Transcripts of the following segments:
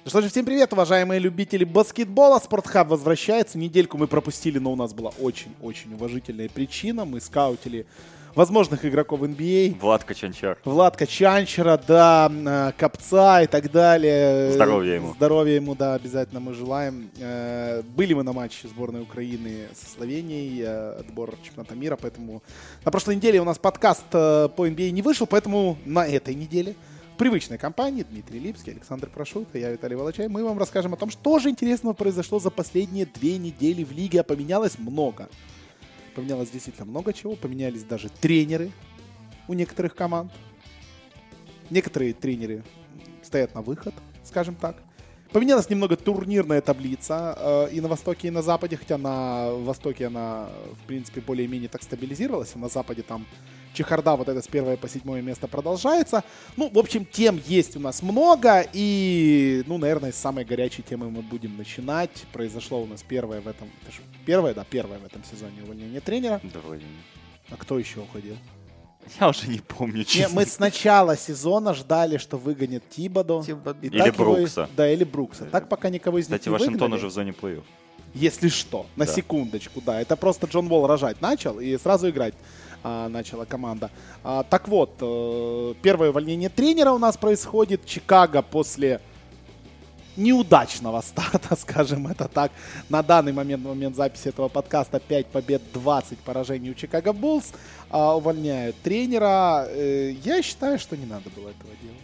Ну что же, всем привет, уважаемые любители баскетбола. Спортхаб возвращается. Недельку мы пропустили, но у нас была очень-очень уважительная причина. Мы скаутили возможных игроков NBA. Владка Чанчар. Владка Чанчара, да, Копца и так далее. Здоровья ему. Здоровья ему, да, обязательно мы желаем. Были мы на матче сборной Украины со Словенией, отбор чемпионата мира, поэтому на прошлой неделе у нас подкаст по NBA не вышел, поэтому на этой неделе в привычной компании Дмитрий Липский, Александр Прошута, я Виталий Волочай. Мы вам расскажем о том, что же интересного произошло за последние 2 недели в лиге. А поменялось много. Поменялось действительно много чего. Поменялись даже тренеры у некоторых команд. Некоторые тренеры стоят на выход, скажем так. Поменялась немного турнирная таблица и на Востоке, и на Западе. Хотя на Востоке она, в принципе, более-менее так стабилизировалась. А на Западе там чехарда вот это с 1 по 7 место продолжается. Ну, в общем, тем есть у нас много. И, ну, наверное, с самой горячей темы мы будем начинать. Произошло у нас первое в этом... Это же первое в этом сезоне увольнение тренера. Довольно. А кто еще уходил? Я уже не помню, честно. Нет, мы с начала сезона ждали, что выгонят Тибодо. Или Брукса. Да, или Брукса. Так пока никого из них Кстати, не выгнали. Вашингтон уже в зоне плей-офф. Если что, на секундочку, да. Это просто Джон Уолл рожать начал и сразу играть начала команда. Так вот, первое увольнение тренера у нас происходит. Чикаго после неудачного старта, скажем это так, на данный момент записи этого подкаста 5 побед, 20 поражений у Чикаго Буллс, увольняют тренера. Я считаю, что не надо было этого делать.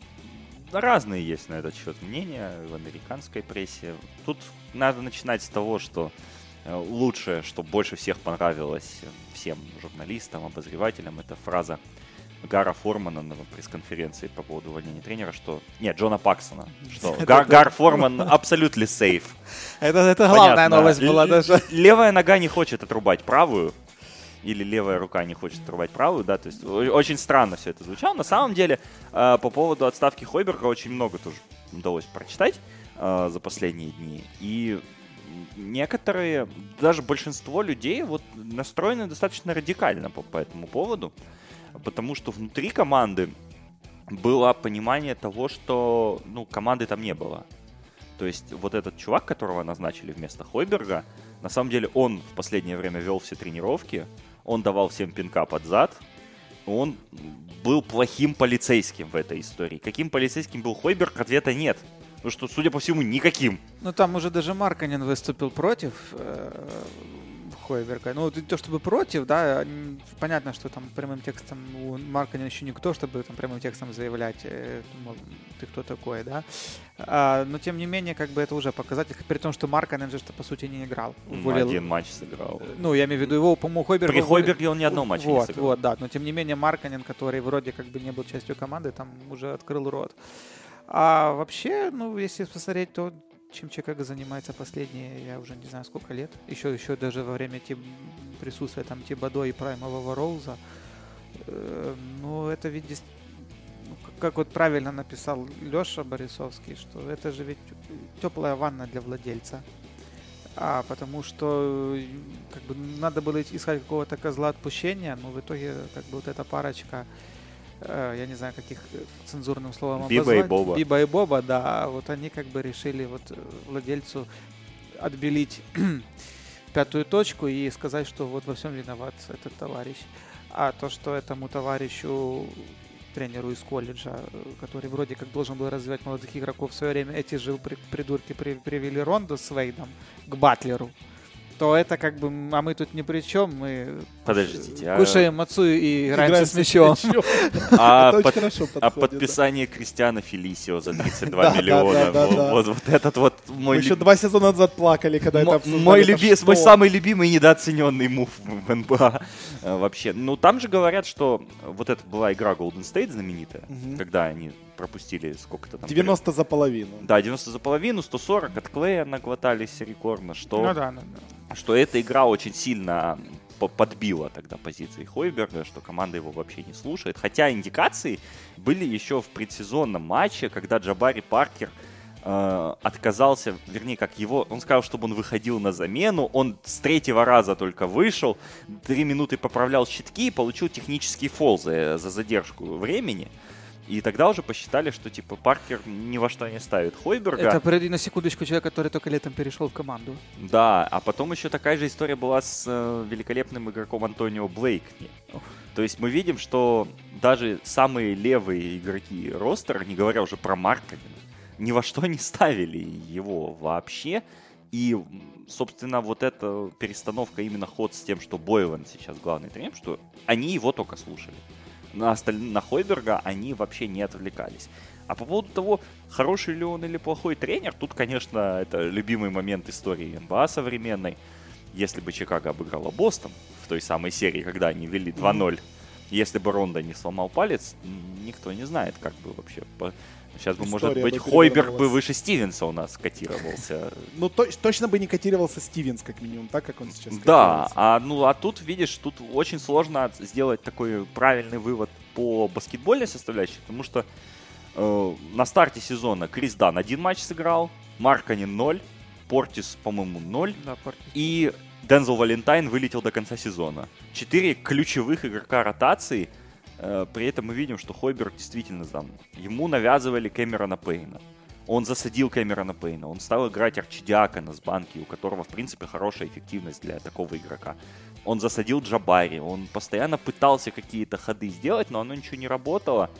Разные есть на этот счет мнения в американской прессе. Тут надо начинать с того, что лучшее, что больше всех понравилось всем журналистам, обозревателям, это фраза Гара Формана на пресс-конференции по поводу увольнения тренера, что... Нет, Джона Паксона, что Гар Форман абсолютно сейф. Это главная новость была даже. Левая нога не хочет отрубать правую, или левая рука не хочет отрубать правую, да, то есть очень странно все это звучало. На самом деле, по поводу отставки Хойберга очень много тоже удалось прочитать за последние дни, и некоторые, даже большинство людей вот настроены достаточно радикально по этому поводу, потому что внутри команды было понимание того, что, ну, команды там не было. То есть вот этот чувак, которого назначили вместо Хойберга, на самом деле он в последнее время вел все тренировки, он давал всем пинка под зад, он был плохим полицейским в этой истории. Каким полицейским был Хойберг, ответа нет. Потому что, судя по всему, никаким. Ну, там уже даже Маркканен выступил против Хойберга. Ну, не то чтобы против, да, понятно, что там прямым текстом у Маркканена еще никто, чтобы там прямым текстом заявлять, мол, ты кто такой, да. Но, тем не менее, как бы это уже показатель, при том, что Маркканен же, по сути, не играл. Один матч сыграл. Ну, я имею в виду его, по-моему, Хойберг... При Хойберге он ни одного матча не сыграл. Вот, да, но, тем не менее, Маркканен, который вроде как бы не был частью команды, там уже открыл рот. А вообще, ну, если посмотреть, то чем Чикаго занимается последние, я уже не знаю, сколько лет. Еще даже во время присутствия там Тибодо и праймового Роуза. Ну, это ведь, как вот правильно написал Леша Борисовский, что это же ведь теплая ванна для владельца. Потому что как бы надо было искать какого-то козла отпущения, но в итоге как бы вот эта парочка, я не знаю, каких цензурным словом обозвать. Биба и Боба. Биба и Боба, да. Вот они как бы решили вот владельцу отбелить пятую точку и сказать, что вот во всем виноват этот товарищ. А то, что этому товарищу, тренеру из колледжа, который вроде как должен был развивать молодых игроков в свое время, эти же придурки привели Рондо с Вейдом к Батлеру, то это как бы, а мы тут ни при чем, мы Подождите, кушаем мацу и играем с мячом. А подписание Кристиана Фелисио за 32 миллиона, вот этот вот мой... Мы еще 2 сезона назад плакали, когда это обсуждали. Мой самый любимый недооцененный мув в НБА вообще. Ну, там же говорят, что вот это была игра Golden State знаменитая, когда они пропустили сколько-то там... 90 за половину. Да, 90 за половину, 140 от Клея наглотались рекордно, что... Ну да. Что эта игра очень сильно подбила тогда позиции Хойберга, что команда его вообще не слушает. Хотя индикации были еще в предсезонном матче, когда Джабари Паркер отказался, вернее, как его, он сказал, чтобы он выходил на замену, он с 3-го раза только вышел, 3 минуты поправлял щитки и получил технический фол за задержку времени. И тогда уже посчитали, что типа Паркер ни во что не ставит Хойберга. Это, на секундочку, человек, который только летом перешел в команду. Да, а потом еще такая же история была с великолепным игроком Антонио Блейкни. То есть мы видим, что даже самые левые игроки ростера, не говоря уже про Маркканена, ни во что не ставили его вообще. И, собственно, вот эта перестановка, именно ход с тем, что Бойланд сейчас главный тренер, что они его только слушали. На Хойберга они вообще не отвлекались. А по поводу того, хороший ли он или плохой тренер, тут, конечно, это любимый момент истории НБА современной. Если бы Чикаго обыграла Бостон в той самой серии, когда они вели 2-0, если бы Рондо не сломал палец, никто не знает, как бы вообще... Сейчас бы, может быть, Хойберг бы выше Стивенса у нас котировался. Ну, точно бы не котировался Стивенс, как минимум, так, как он сейчас котируется. Да, а тут, видишь, тут очень сложно сделать такой правильный вывод по баскетбольной составляющей, потому что на старте сезона Крис Дан 1 матч сыграл, Маркканен 0, Портис, по-моему, 0, да, Портис. И Дензел Валентайн вылетел до конца сезона. 4 ключевых игрока ротации. При этом мы видим, что Хойберг действительно там, ему навязывали Кэмерона Пейна. Он засадил Кэмерона Пейна. Он стал играть Арчидиакона с банки, у которого, в принципе, хорошая эффективность для такого игрока. Он засадил Джабари. Он постоянно пытался какие-то ходы сделать, но оно ничего не работало.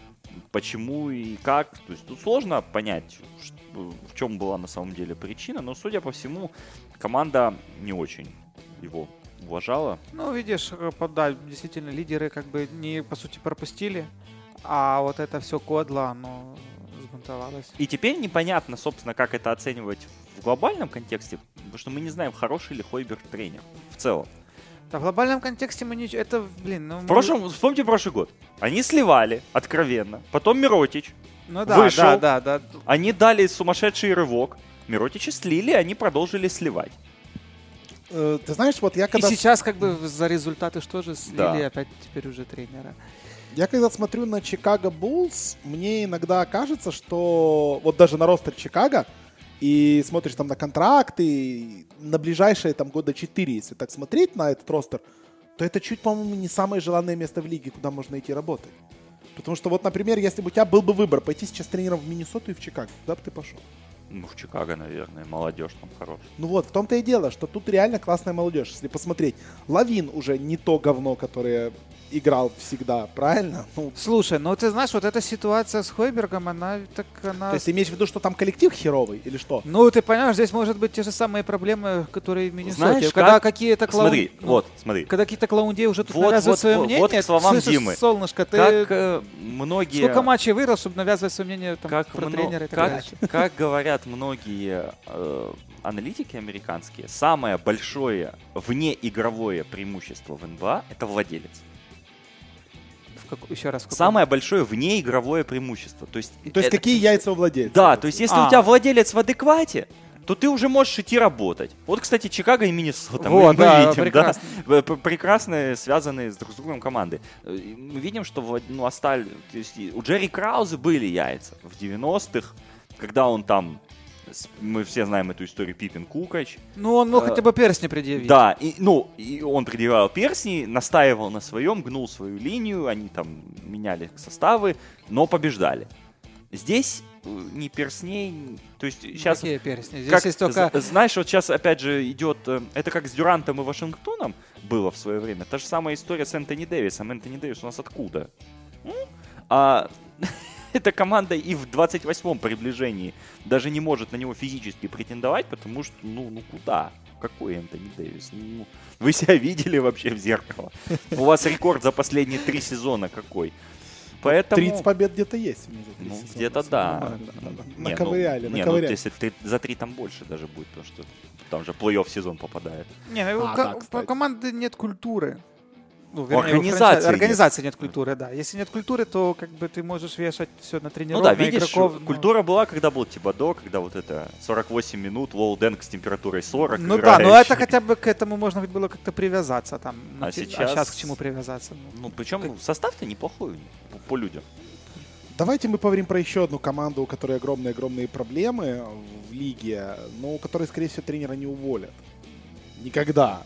Почему и как? То есть тут сложно понять, в чем была на самом деле причина. Но, судя по всему, команда не очень его уважала. Ну, видишь, да, действительно, лидеры как бы не, по сути, пропустили, а вот это все кодло, оно сбунтовалось. И теперь непонятно, собственно, как это оценивать в глобальном контексте, потому что мы не знаем, хороший ли Хойберг тренер в целом. Да, в глобальном контексте мы не... Это, Вспомните прошлый год. Они сливали откровенно. Потом Миротич вышел. Да. Они дали сумасшедший рывок. Миротича слили, они продолжили сливать. Ты знаешь, вот я когда... И сейчас как бы за результаты что же слили опять теперь уже тренера. Я когда смотрю на Чикаго Буллс, мне иногда кажется, что вот даже на ростер Чикаго, и смотришь там на контракты, на ближайшие там года 4, если так смотреть на этот ростер, то это чуть, по-моему, не самое желанное место в лиге, куда можно идти работать. Потому что вот, например, если бы у тебя был бы выбор пойти сейчас тренером в Миннесоту и в Чикаго, куда бы ты пошел? Ну, в Чикаго, наверное, молодежь там хорошая. Ну вот, в том-то и дело, что тут реально классная молодежь. Если посмотреть, Лавин уже не то говно, которое играл всегда, правильно? Ну, слушай, ну ты знаешь, вот эта ситуация с Хойбергом, она... То есть ты имеешь в виду, что там коллектив херовый или что? Ну, ты понимаешь, здесь может быть те же самые проблемы, которые в Миннесоте. Знаешь, когда какие-то смотри. Когда какие-то клоундеи уже тут навязывают свое мнение. Вот к словам слышишь, Димы. Солнышко, ты как многие... Сколько матчей выиграл, чтобы навязывать свое мнение там, про тренера и так далее. Как говорят многие аналитики американские, самое большое внеигровое преимущество в НБА — это владелец. Еще раз. Самое большое внеигровое преимущество. То есть какие яйца у владельца? Да, то есть если у тебя владелец в адеквате, то ты уже можешь идти работать. Вот, кстати, Чикаго и Миннесота. Вот, мы видим, прекрасно. Да, прекрасные, связанные друг с другом команды. Мы видим, что то есть у Джерри Крауза были яйца в 90-х, когда он там, мы все знаем эту историю, Пиппин Кукач. Ну, он мог хотя бы перстни предъявить. Да, и он предъявлял перстни, настаивал на своем, гнул свою линию, они там меняли составы, но побеждали. Здесь ни перстней, то есть сейчас... Какие перстни? Здесь есть только... Знаешь, вот сейчас опять же идет, это как с Дюрантом и Вашингтоном было в свое время, та же самая история с Энтони Дэвисом. Энтони Дэвис у нас откуда? Эта команда и в 28-м приближении даже не может на него физически претендовать, потому что, куда? Какой Энтони Дэвис? Вы себя видели вообще в зеркало? У вас рекорд за последние 3 сезона какой? Поэтому... 30 побед где-то есть. Где-то да. Наковыряли. Если за 3 там больше даже будет, потому что там же плей-офф сезон попадает. У команды нет культуры. Организации нет культуры, да. Если нет культуры, то как бы ты можешь вешать все на тренировку, на игроков. Культура была, когда был Тибадо, когда вот это 48 минут, лоу-дэнк с температурой 40. Ну да, но это хотя бы к этому можно было как-то привязаться там. А сейчас к чему привязаться? Причем состав-то неплохой по людям. Давайте мы поговорим про еще одну команду, у которой огромные-огромные проблемы в лиге, но у которой, скорее всего, тренера не уволят. Никогда.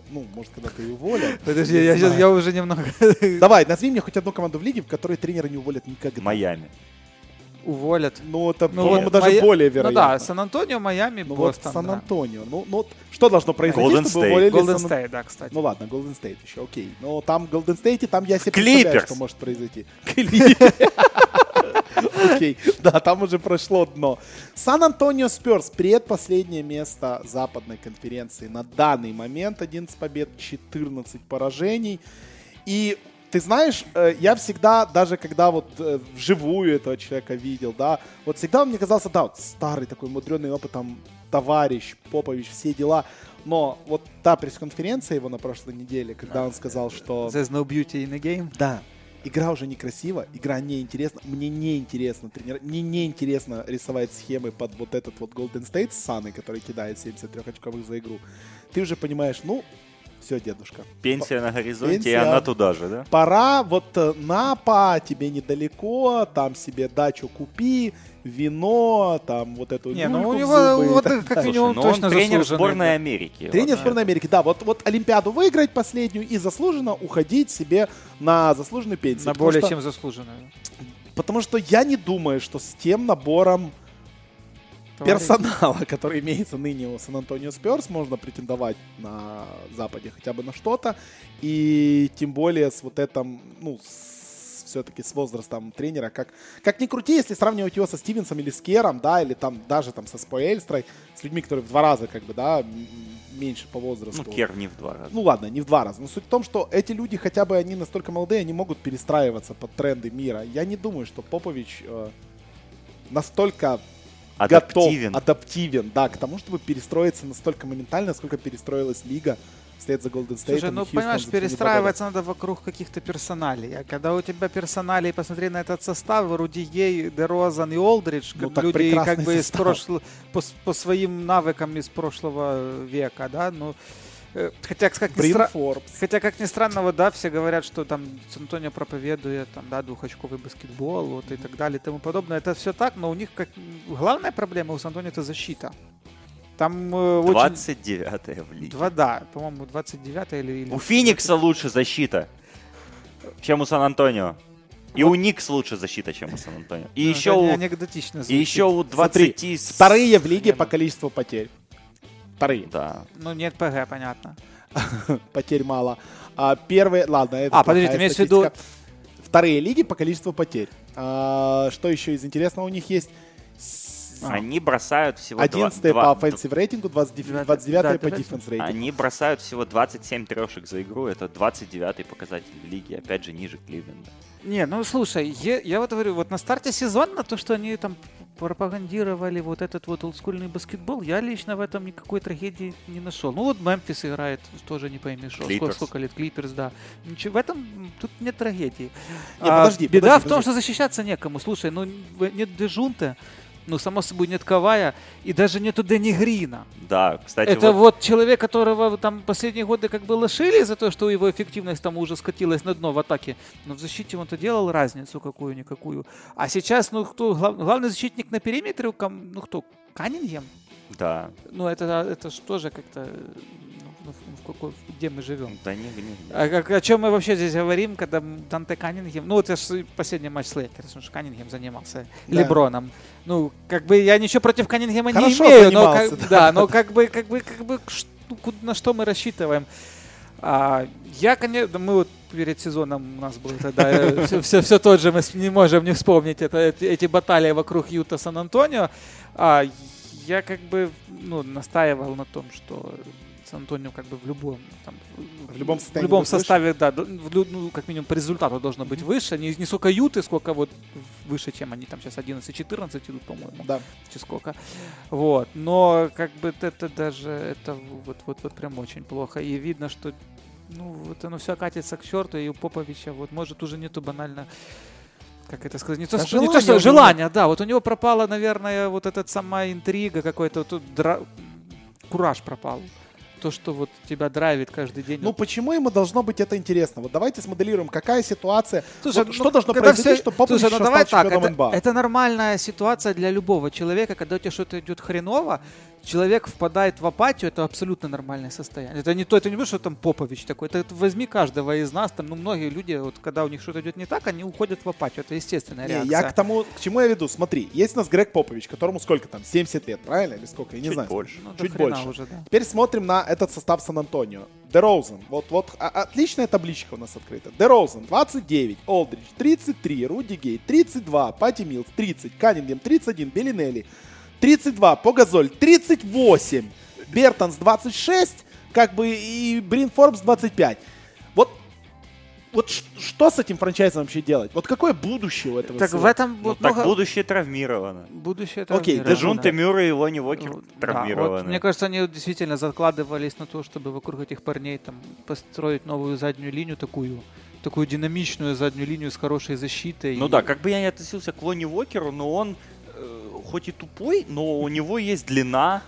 ну, может, когда-то и уволят. Подожди, я уже немного... Давай, назови мне хоть одну команду в лиге, в которой тренера не уволят никогда. Майами. Уволят. Ну, это, Ну, по-моему, вот даже более Ну вероятно. да, Сан-Антонио, Майами, Ну вот Бостон. Сан-Антонио. Ну, что должно произойти, Golden чтобы State. уволили Голден Сан- Стейт, да, кстати. Ну ладно, Golden State еще, окей. Но там Golden State, там я себе Clippers. представляю, что может произойти. Clippers. Окей, да, там уже прошло дно. Сан-Антонио Спёрс, предпоследнее место западной конференции. На данный момент 11 побед, 14 поражений. И ты знаешь, я всегда, даже когда вот вживую этого человека видел, да, вот всегда он мне казался, да, вот старый такой мудренный опытом товарищ, Попович, все дела. Но вот та пресс-конференция его на прошлой неделе, когда он сказал, что... There's no beauty in the game. Да, игра уже некрасива, игра неинтересна, мне неинтересно тренировать, мне неинтересно рисовать схемы под вот этот вот Golden State с Саной, который кидает 73 очковых за игру. Ты уже понимаешь, ну, все, дедушка. Пенсия на горизонте, Пенсия. и она туда же, да? Пора, вот напа, тебе недалеко, там себе дачу купи, вино, там вот эту Не, ну люльку у в него зубы и вот так как далее. минимум Но он точно тренер заслуженный, сборной да. Америки. Тренер Вот. сборной Америки, да, вот Олимпиаду выиграть последнюю и заслуженно уходить себе на заслуженную пенсию. На Потому более что- чем заслуженную. Потому что я не думаю, что с тем набором персонала, который имеется ныне у Сан-Антонио Спёрс, можно претендовать на Западе хотя бы на что-то. И тем более с вот этим, ну, все-таки с возрастом тренера. Как ни крути, если сравнивать его со Стивенсом или с Кером, да, или там даже там со Споэльстрой, с людьми, которые в 2 раза, как бы, да, меньше по возрасту. Ну, Кер не в 2 раза. Ну ладно, не в 2 раза. Но суть в том, что эти люди хотя бы они настолько молодые, они могут перестраиваться под тренды мира. Я не думаю, что Попович настолько адаптивен, да, к тому, чтобы перестроиться настолько моментально, насколько перестроилась лига вслед за Golden State. Слушай, ну понимаешь, перестраиваться надо вокруг каких-то персоналей. А когда у тебя персоналей, посмотри на этот состав, Руди Гей, Дерозан и Олдридж, Ну, как так люди прекрасный как бы из состав. по своим навыкам из прошлого века, да, ну, хотя, как ни Брин стра- Форбс. Хотя, как ни странно, вот, да, все говорят, что там Сан-Антонио проповедует, там, да, двухочковый баскетбол, вот, и так далее, и тому подобное. Это все так, но у них как главная проблема у Сан-Антонио — это защита. Там очень... 29-я в лиге. Да, по-моему, 29-я или... У Феникса лучше защита, чем у Сан-Антонио. И у Никс лучше защита, чем у Сан-Антонио. И Ну, еще это у... анекдотично И звучит. еще у 20... Смотри, вторые в лиге по количеству потерь. Вторые. Да. Ну, нет ПГ, понятно. Потерь мало. А первые, ладно, это подожди, плохая ты имеешь в виду- статистика. Вторые лиги по количеству потерь. Что еще из интересного у них есть? Они бросают всего 11 по offensive рейтингу, 29 по Да, defense рейтингу. Они бросают всего 27 трешек за игру. Это 29-й показатель в лиге. Опять же, ниже Кливленда. Не, ну слушай, я вот говорю, вот на старте сезона то, что они там пропагандировали вот этот вот олдскульный баскетбол, я лично в этом никакой трагедии не нашел. Ну вот Мемфис играет, тоже не поймешь, сколько лет, Клиперс, да. Ничего, в этом тут нет трагедии. подожди, Беда в подожди. том, что защищаться некому. Слушай, ну нет Дежунте, ну само собой нет Кавая, и даже нету Дэнни Грина. Да, кстати, Это вот человек, которого там последние годы как бы лошили за то, что его эффективность там уже скатилась на дно в атаке. Но в защите он-то делал разницу какую-никакую. А сейчас, ну кто, главный защитник на периметре, ну кто, Каннингем? Да. Ну это ж тоже как-то, где мы живем? Да не. О чем мы вообще здесь говорим, когда Данте Каннингем... Ну, вот я же последний матч с Лейкерс, потому что Каннингем занимался Да. Леброном. Ну, как бы я ничего против Каннингема не Хорошо имею, занимался, да. да, но как бы на что мы рассчитываем? Я, конечно, мы вот перед сезоном у нас был тогда все тот же, мы не можем не вспомнить эти баталии вокруг Юта Сан-Антонио. Я как бы настаивал на том, что Сан-Антонио как бы в любом составе, да, как минимум по результату должно быть выше. Не сколько Юты, сколько вот выше, чем они там сейчас 11-14 идут, по-моему. Да. Чи сколько. Вот. Но как бы это вот прям очень плохо. И видно, что вот оно все катится к черту, и у Поповича вот может уже нету банально, как это сказать, не то что желание, да, вот у него пропала, наверное, вот эта сама интрига какой-то, кураж пропал. то, что вот тебя драйвит каждый день. Ну почему ему должно быть это интересно? Вот давайте смоделируем, какая ситуация, Слушай, вот что должно когда произойти, чтобы Попович Слушай, стал давай так, чемпионом НБА? это нормальная ситуация для любого человека, когда у тебя что-то идет хреново, человек впадает в апатию, это абсолютно нормальное состояние. Это не будет, что там Попович такой. Это возьми каждого из нас, там, ну, многие люди, вот когда у них что-то идет не так, они уходят в апатию. Это естественная реакция. Я к чему я веду? Смотри, есть у нас Грег Попович, которому сколько там, 70 лет, правильно? Или сколько? Я не Чуть знаю. больше. Ну, Чуть до хрена больше. уже, да. Теперь смотрим на этот состав Сан-Антонио. DeRozan. Вот отличная табличка у нас открыта. DeRozan 29, Олдридж 33, Руди Гей 32, Пати Милс 30, Каннингем 31, Беллинелли 32, Погазоль 38, Бертонс 26, как бы и Брин Форбс 25. Вот что с этим франчайзом вообще делать? Вот какое будущее у этого Так всего? в этом Ну, вот так много... будущее травмировано. Будущее Окей, травмировано, Дежонте Мюррей и Лонни Уокер Да, травмированы. вот, мне кажется, они действительно закладывались на то, чтобы вокруг этих парней там построить новую заднюю линию, такую динамичную заднюю линию с хорошей защитой. Ну да, как бы я не относился к Лонни Уокеру, но он хоть и тупой, но у него есть длина,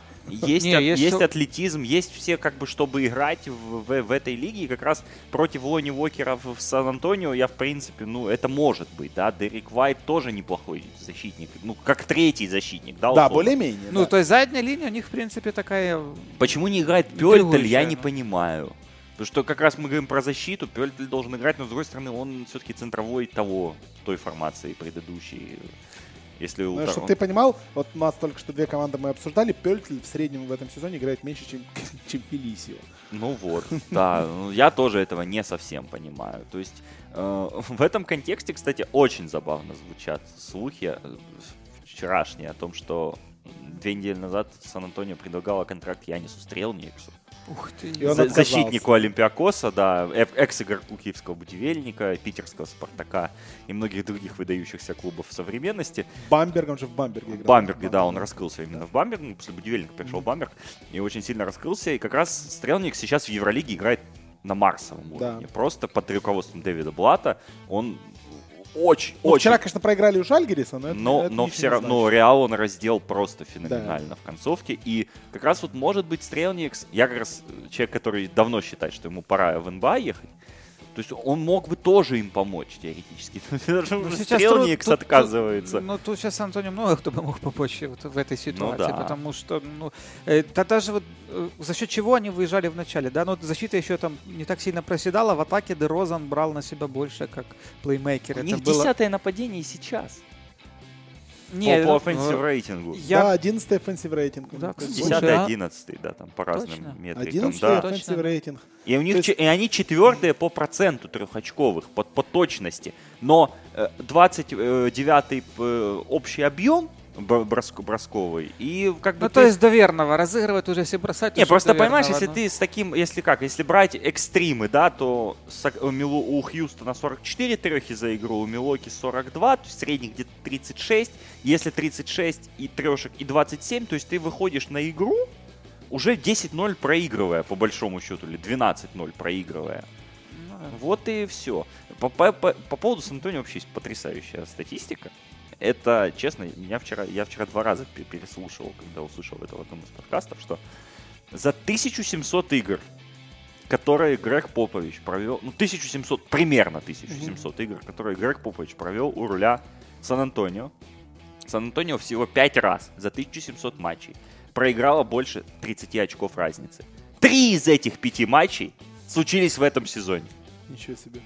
есть атлетизм, есть все, как бы, чтобы играть в этой лиге. И как раз против Лонни Уокера в Сан-Антонио я, в принципе, это может быть, да. Дерек Уайт тоже неплохой защитник, как третий защитник, да, Да, условно. более-менее. Ну, да. то есть задняя линия у них, в принципе, такая... Почему не играет Пёльтель, я не да. понимаю. Потому что как раз мы говорим про защиту, Пёльтель должен играть, но с другой стороны он все-таки центровой той формации предыдущей. Если Ну, чтобы ты понимал, вот у нас только что две команды мы обсуждали, Пёльтель в среднем в этом сезоне играет меньше, чем Фелисио. Ну вот, да, я тоже этого не совсем понимаю. То есть в этом контексте, кстати, очень забавно звучат слухи вчерашние о том, что 2 недели назад Сан-Антонио предлагала контракт Янису Стрелниксу. Ух ты. И он Защитнику Олимпиакоса, да, экс-игроку Киевского Будивельника, питерского Спартака и многих других выдающихся клубов современности. Бамберг, он же в Бамберге играл. В Бамберге, да, он раскрылся именно в Бамберге. После Будивельника пришел в Бамберг и очень сильно раскрылся. И как раз Стрелник сейчас в Евролиге играет на марсовом уровне. Да. Просто под руководством Дэвида Блата он очень... Вчера, конечно, проиграли у Жальгириса, но это Но ничего все не равно значит. Реал он раздел просто феноменально в концовке. И как раз вот может быть Стрелникс, я как раз человек, который давно считает, что ему пора в НБА ехать. То есть он мог бы тоже им помочь теоретически. Даже уже Стрелникс отказывается. Ну, тут сейчас Антонио много кто бы мог помочь вот в этой ситуации, да. потому что, даже вот за счет чего они выезжали в начале, да, защита еще там не так сильно проседала, в атаке DeRozan брал на себя больше как плеймейкер. У них Это было... 10-е нападение и сейчас. Не, По offensive рейтингу. Да, 11-й offensive рейтинг. Да, кстати. 10-11, да, там по разным Точно? метрикам. 11-й Да. offensive рейтинг. И у них То есть- и они 4-е по проценту трехочковых, по точности. Но 29-й общий объем бросковый. И как бы Ну, то есть доверного разыгрывать уже все бросать. Не, уже просто доверного, понимаешь, если ну. ты с таким, если брать экстримы, да, то у Хьюстона 44 трехи за игру, у Милоки 42, то есть средний где-то 36. Если 36 и трешек и 27, то есть ты выходишь на игру уже 10-0 проигрывая, по большому счету, или 12-0 проигрывая. Ну, да. Вот и все. По поводу Сан-Антонио вообще есть потрясающая статистика. Это, честно, я вчера 2 раза переслушивал, когда услышал это в одном из подкастов, что за 1700 игр, которые Грег Попович провел, примерно 1700 игр, которые Грег Попович провел у руля Сан-Антонио, Сан-Антонио всего 5 раз за 1700 матчей проиграло больше 30 очков разницы. 3 из этих 5 матчей случились в этом сезоне. Ничего себе.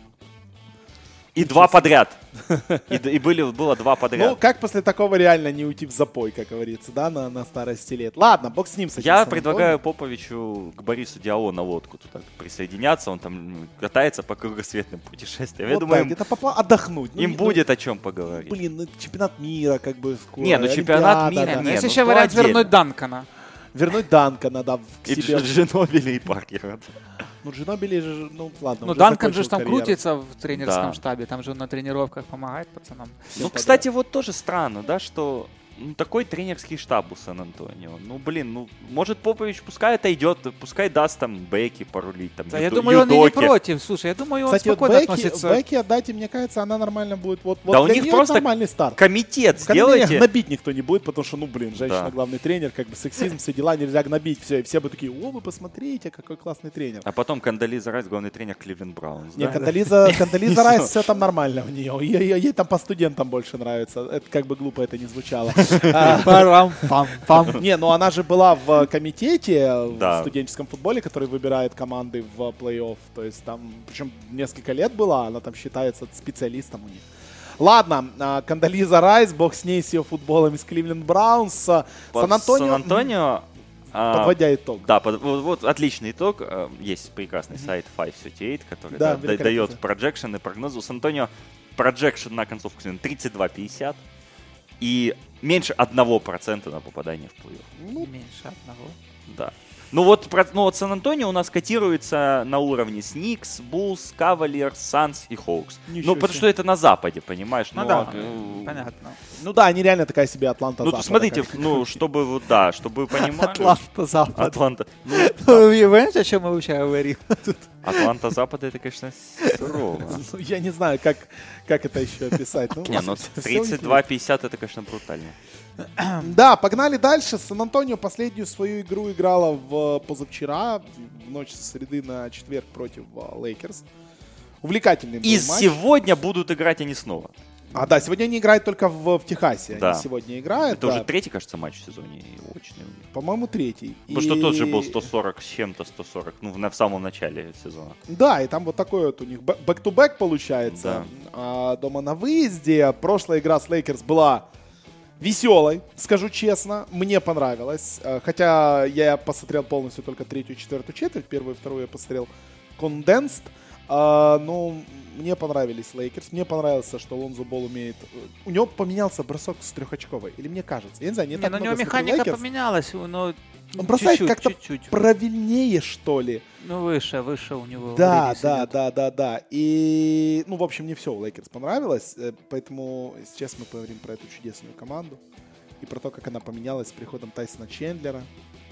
И 2 подряд. И было 2 подряд. Ну, как после такого реально не уйти в запой, как говорится, да, на старости лет. Ладно, бог с ним. с этим Я Сан-Антонио. предлагаю Поповичу к Борису Диао на лодку туда присоединяться. Он там катается по кругосветным путешествиям. Я Вот думаю, так, где-то отдохнуть. им будет о чем поговорить. Блин, чемпионат мира как бы скоро. Не, чемпионат Олимпиада, мира, да. Ну, не, есть ну еще то вариант отдельно. вернуть Данкана. Вернуть Данкана, да, к И себе. Джинобили, и Паркера. Ну, Джинобили же, ладно, Ну, уже Данкан закончил же там карьеру. крутится в тренерском Да. штабе, там же он на тренировках помогает пацанам. Ну, кстати, вот тоже странно, да, что такой тренерский штаб у Сан-Антонио. Может Попович пускай отойдет, пускай даст там Бекки порулить, там, Да, я думаю, он и не против. Слушай, я думаю, он кстати, спокойно относится. Бекки отдайте, мне кажется, она нормально будет. Вот да, у для них нее просто нормальный старт. комитет В Канаде сделайте. гнобить никто не будет, потому что, женщина Да. главный тренер, как бы сексизм, все дела, нельзя гнобить. Все, и все бы такие, вы посмотрите, какой классный тренер. А потом Кондолиза Райс, главный тренер Кливленд Браунс. Не, Да? Кондолиза Райс, все там нормально у нее. Ей там по студентам больше нравится. Это как бы глупо это не звучало. Парам-пам-пам. Не, ну она же была в комитете Да. в студенческом футболе, который выбирает команды в плей-офф. То есть там, причем несколько лет была, она там считается специалистом у них. Ладно, Кондолиза Райс, бог с ней, с ее футболом из Кливленд Браунс. Сан-Антонио, подводя итог. да, вот отличный итог. Есть прекрасный сайт 538, который Да, дает великолепно. проджекшены, прогнозы. У Сан-Антонио проджекшн на концовку сезона 32-50 и меньше 1% на попадание в плей-офф. Меньше одного. Да. Ну вот Сан-Антонио у нас котируется на уровне с Никс, Буллс, Кавальерс, Санс и Хоукс. Ничего Потому себе. что это на Западе, понимаешь? Ну да, понятно. Ну да, они реально такая себе Атланта Ну, Запада, смотрите, как- чтобы вы понимали. Атланта Запад. Атланта. Понимаете, о чем мы вообще говорим? Атланта Запада это, конечно, сурово. Ну, я не знаю, как это еще описать. Ну, Не, ну всё интересно. 32-50 это, конечно, брутально. Да, погнали дальше. Сан-Антонио последнюю свою игру играла позавчера, в ночь со среды на четверг против Лейкерс. Увлекательный был И матч. сегодня будут играть они снова. А, да, сегодня они играют только в Техасе. Да. Они сегодня играют. Это да. уже третий, кажется, матч в сезоне и очный. По-моему, третий. Потому что тот же был 140 с чем-то, 140, в самом начале сезона. Да, и там вот такой вот у них бэк-ту-бэк получается. Дома на выезде. Прошлая игра с Лейкерс была веселой, скажу честно. Мне понравилось. Хотя я посмотрел полностью только третью и четвертую четверть. Первую и вторую я посмотрел конденсд. Ну, мне понравились Лейкерс. Мне понравилось, что Лонзо Болл умеет... У него поменялся бросок с трехочковой. Или мне кажется? Я не знаю, не Не, так ну у много него смотрю механика Лейкерс. поменялась, но Он бросает чуть-чуть, как-то чуть-чуть. правильнее, что ли. Ну, выше у него. Да, релиз да, идет. да. И, ну, в общем, мне все у Лейкерс понравилось. Поэтому сейчас мы поговорим про эту чудесную команду. И про то, как она поменялась с приходом Тайсона Чендлера.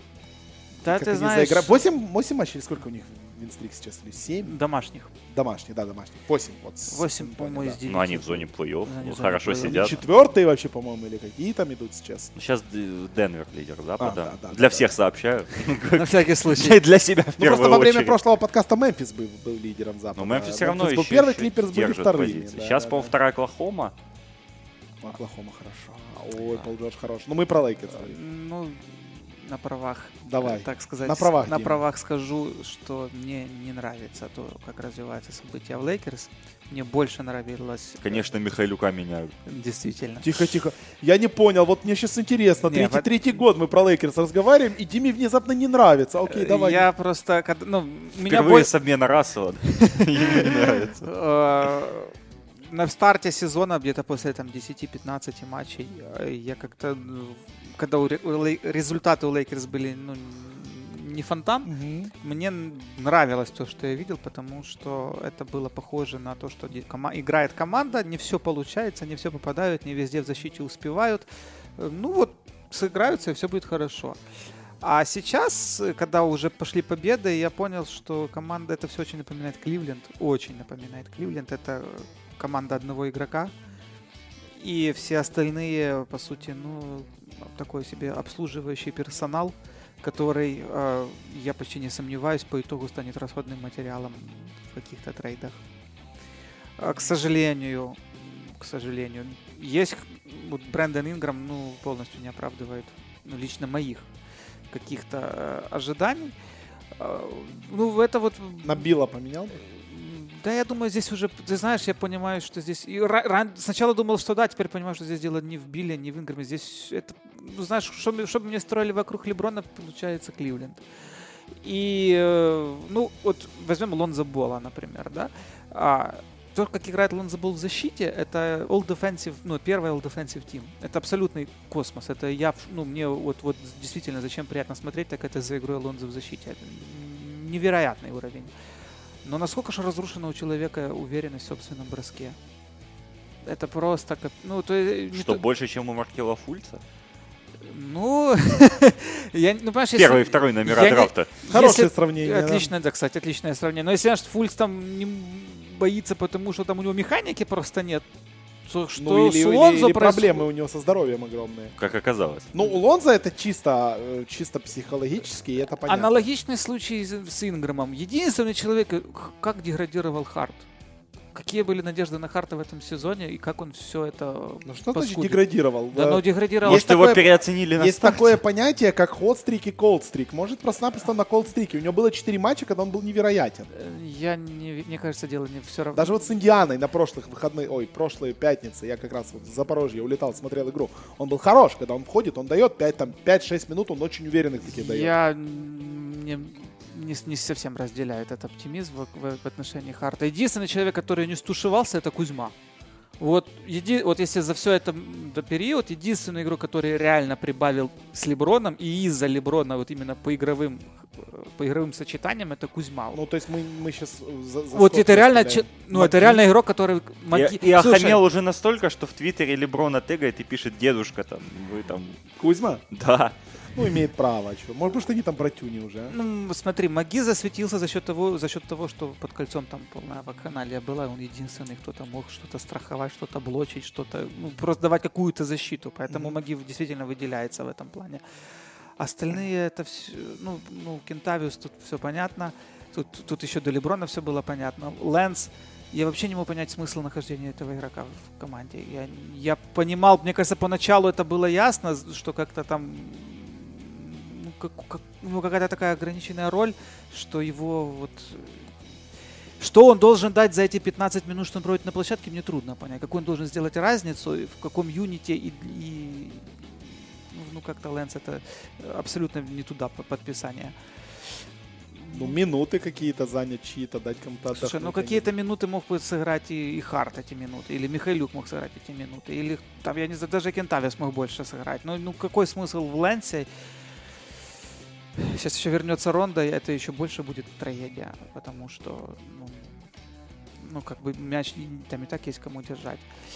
Да, Как ты они знаешь, заиграли. 8 матчей, или сколько у них винстрик сейчас? Или 7? домашних. Домашний, да, домашний. 8. Вот, 8, по-моему, из 9. Ну, они в зоне плей-офф, Они в зоне хорошо плей-офф. сидят. Четвертые вообще, по-моему, или какие там идут сейчас? Сейчас Денвер лидер Запада. да, Для да, всех сообщаю. На всякий случай. Для себя в Ну, первую просто во время очередь. прошлого подкаста Мемфис был лидером Запада. Но Мемфис все равно был еще первый, Клиперс были держит вторыми. позиции. Да, Сейчас, да, по-моему, да. вторая Оклахома. Оклахома хорошо. Ой, Пол Джордж хорош. Ну, мы про Лейкерс говорим. Ну, на правах, Давай. так сказать, На правах, Дима. правах скажу, что мне не нравится то, как развиваются события в Лейкерс. Мне больше нравилось... Конечно, Михайлюка меняют. Действительно. Тихо. Я не понял, вот мне сейчас интересно. Не, Третий год мы про Лейкерс разговариваем, и Диме внезапно не нравится. Окей, давай. Я просто... Ну, меня Впервые с обмена Рассела. Ему не нравится. На старте сезона, где-то после там 10-15 матчей, я как-то, когда результаты у Лейкерс были, ну, не фонтан, Мгм. мне нравилось то, что я видел, потому что это было похоже на то, что играет команда, не все получается, не все попадают, не везде в защите успевают. Ну вот, сыграются, и все будет хорошо. А сейчас, когда уже пошли победы, я понял, что команда, это все очень напоминает Кливленд. Очень напоминает Кливленд. Это команда одного игрока. И все остальные, по сути, ну, такой себе обслуживающий персонал, который, я почти не сомневаюсь, по итогу станет расходным материалом в каких-то трейдах. К сожалению, есть вот Брэндон Инграм, ну, полностью не оправдывает, ну, лично моих каких-то ожиданий. Ну, это вот... На Билла поменял? Да, я думаю, здесь уже, ты знаешь, я понимаю, что здесь... Сначала думал, что да, теперь понимаю, что здесь дело не в Билле, не в Инграме. Здесь это, ну, знаешь, чтобы мне строили вокруг Леброна, получается Кливленд. И, ну, вот возьмем Лонзо Болла, например, да. То, как играет Лонзо Болл в защите, это all defensive, ну, первый all defensive team. Это абсолютный космос. Это мне вот действительно, зачем приятно смотреть, так это за игрой Лонзо в защите. Это невероятный уровень. Но насколько же разрушена у человека уверенность в собственном броске? Это просто как... Ну, то есть, Что, больше, чем у Маркелла Фульца? Ну, понимаешь, Первый и второй номера драфта. Хорошее сравнение. Отличное, да, кстати, отличное сравнение. Но если Фульц там не боится, потому что там у него механики просто нет, что с Лонзо или проблемы у него со здоровьем огромные. Как оказалось. Ну, у Лонзо это чисто психологически, и это понятно. Аналогичный случай с Ингрэмом. Единственный человек, как деградировал Харт. Какие были надежды на Харта в этом сезоне и как он все это... Ну что значит деградировал? Да, но деградировал. Может, его переоценили на Есть старте? такое понятие, как хот-стрик и колд-стрик. Может, просто-напросто на колд-стрике. У него было 4 матча, когда он был невероятен. Мне кажется, дело не все равно. Даже вот с Индианой на прошлых выходных, прошлые пятницы, я как раз вот с Запорожья улетал, смотрел игру. Он был хорош, когда он входит, он дает 5-6 минут, он очень уверенных таких дает. Я не совсем разделяю этот оптимизм в отношении Харта. Единственный человек, который не стушевался, это Кузьма. Вот если за все это период, единственный игрок, который реально прибавил с Леброном и из-за Леброна вот именно по игровым сочетаниям, это Кузьма. Ну, то есть мы сейчас... Вот это реально, это реально игрок, который... И охамел уже настолько, что в Твиттере Леброна тегает и пишет: дедушка там, вы там... Кузьма? Да. Ну, имеет право. Что? Может, потому что они там братюни уже. Ну, смотри, Маги засветился за счет того, что под кольцом там полная вакханалия была. Он единственный, кто там мог что-то страховать, что-то блочить, что-то... Ну, просто давать какую-то защиту. Поэтому Маги действительно выделяется в этом плане. Остальные это все... Ну, Кентавиус, тут все понятно. Тут еще до Леброна все было понятно. Лэнс... Я вообще не мог понять смысл нахождения этого игрока в команде. Я понимал, мне кажется, поначалу это было ясно, что как-то там... какая-то такая ограниченная роль, что его вот... Что он должен дать за эти 15 минут, что он проводит на площадке, мне трудно понять. Какую он должен сделать разницу, в каком юните и как-то Лэнс это абсолютно не туда подписание. Ну, минуты какие-то занять чьи-то, дать кому-то отдохнуть. Слушай, какие-то минуты мог бы сыграть и Харт эти минуты, или Михайлюк мог сыграть эти минуты, или там, я не знаю, даже Кентавиус мог больше сыграть. Ну какой смысл в Лэнсе? Сейчас еще вернется Рондо, и это еще больше будет трагедия, потому что, как бы мяч там и так есть кому держать.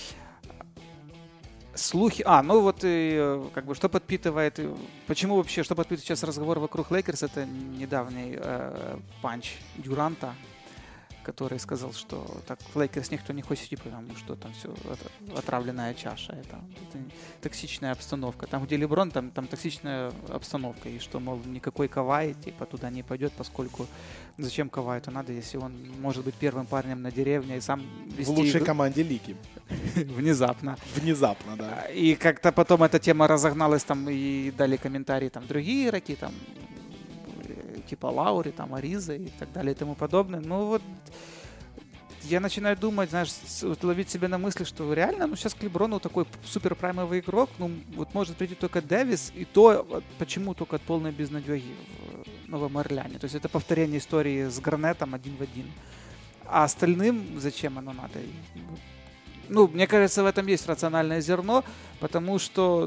Слухи... как бы что подпитывает... Почему вообще, что подпитывает сейчас разговор вокруг Лейкерс, это недавний панч Дюранта, который сказал, что так в Лейкерс никто не хочет идти, потому что там все отравленная чаша, это токсичная обстановка. Там, где Леброн, там токсичная обстановка, и что, мол, никакой Кавай туда не пойдет, поскольку зачем Кавай это надо, если он может быть первым парнем на деревне и сам вести... В лучшей команде лиги. Внезапно. Внезапно, да. И как-то потом эта тема разогналась, там, и дали комментарии там другие игроки, там, типа Лаури, там, Ариза и так далее и тому подобное. Ну вот я начинаю думать, знаешь, ловить себя на мысли, что реально, сейчас к Леброну такой супер праймовый игрок, вот может прийти только Дэвис, и то почему только от полной безнадеги в Новом Орлеане. То есть это повторение истории с Гарнетом один в один. А остальным зачем оно надо? Мне кажется, в этом есть рациональное зерно, потому что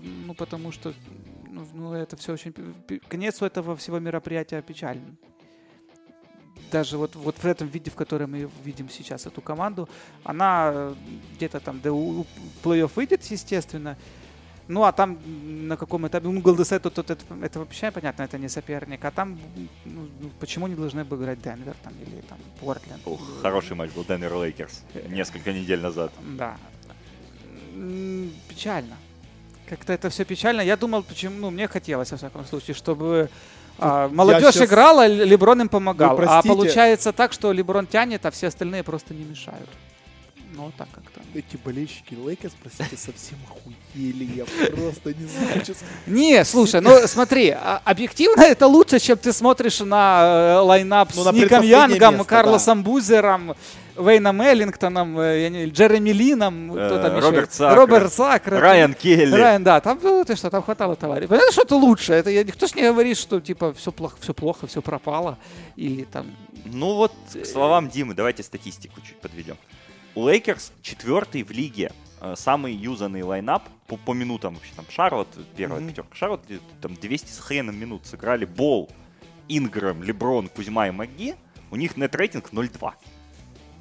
это все очень... Конец у этого всего мероприятия печален. Даже вот в этом виде, в котором мы видим сейчас эту команду, она где-то там до плей-офф выйдет, естественно. Ну, а там на каком этапе... Голден-Стейт, это вообще понятно, это не соперник. А там почему не должны бы играть Денвер там, или там Портленд? Хороший матч был Денвер-Лейкерс несколько недель назад. Да. Печально. Как-то это все печально. Я думал, почему... мне хотелось, во всяком случае, чтобы молодежь играла, Леброн им помогал. А получается так, что Леброн тянет, а все остальные просто не мешают. Вот так как-то. Эти болельщики Лейкерс, простите, совсем охуели. Я просто не знаю, что сказать. Не, слушай, смотри, объективно это лучше, чем ты смотришь на лайнап с Ником Янгом, Карлосом Бузером, Вейном Эллингтоном, Джереми Лином, Роберт Сакр, Райан Келли. Райан, да, там хватало товарищей. Понятно, что это лучше. Никто ж не говорит, что типа все плохо, все пропало. Или там... К словам Димы, давайте статистику чуть подведем. У Лейкерс 4-й в лиге самый юзанный лайнап по минутам вообще. Там Шарлотт, первая пятерка Шарлотт, там 200 с хреном минут сыграли Бол, Ингрэм, Леброн, Кузьма и Маги. У них нет-рейтинг 0.2.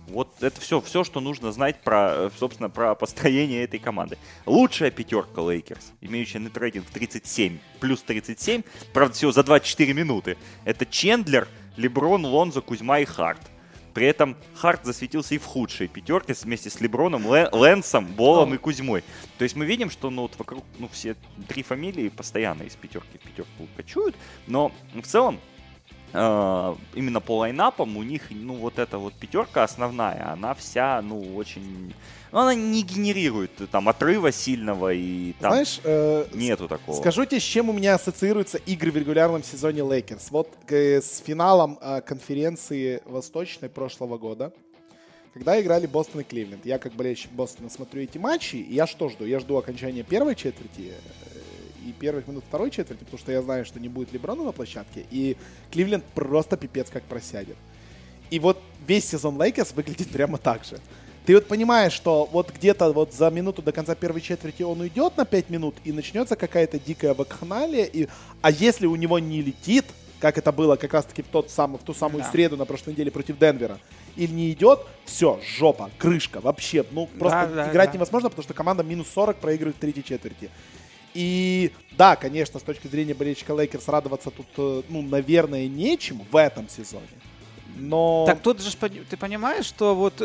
Вот это все, что нужно знать про, собственно, про построение этой команды. Лучшая пятерка Лейкерс, имеющая нетрейтинг 37, плюс 37, правда, всего за 24 минуты. Это Чендлер, Леброн, Лонзо, Кузьма и Харт. При этом Харт засветился и в худшей пятерке вместе с Леброном, Лэнсом, Болом и Кузьмой. То есть мы видим, что вот вокруг все три фамилии постоянно из пятерки в пятерку кочуют, но в целом именно по лайнапам у них, вот эта вот пятерка основная, она вся, очень... она не генерирует там отрыва сильного, и там нету такого. Скажу тебе, с чем у меня ассоциируются игры в регулярном сезоне Лейкерс. Вот с финалом конференции Восточной прошлого года, когда играли Бостон и Кливленд. Я как болельщик Бостона смотрю эти матчи, и я что жду? Я жду окончания первой четверти и первых минут второй четверти, потому что я знаю, что не будет Леброна на площадке, и Кливленд просто пипец как просядет. И вот весь сезон Лейкерс выглядит прямо так же. Ты вот понимаешь, что вот где-то вот за минуту до конца первой четверти он уйдет на 5 минут, и начнется какая-то дикая вакханалия, а если у него не летит, как это было как раз-таки в ту самую среду на прошлой неделе против Денвера, или не идет, все, жопа, крышка, вообще, просто играть невозможно, потому что команда минус 40 проигрывает в третьей четверти. И да, конечно, с точки зрения болельщика Лейкерс радоваться тут, наверное, нечему в этом сезоне. Но... Так тут же ты понимаешь, что вот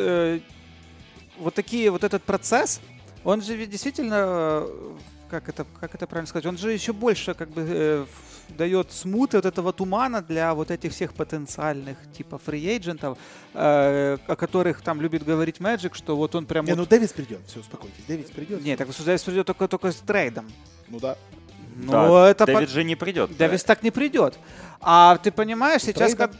этот процесс, он же ведь действительно, как это правильно сказать, он же еще больше дает смуты вот этого тумана для вот этих всех потенциальных типа фри-эйджентов, о которых там любит говорить Magic, что вот он прям... Дэвис придет, все, успокойтесь, Дэвис придет. Нет, так Дэвис придет только с трейдом. Ну да. Дэвис же не придет. Дэвис так не придет. А ты понимаешь, сейчас как...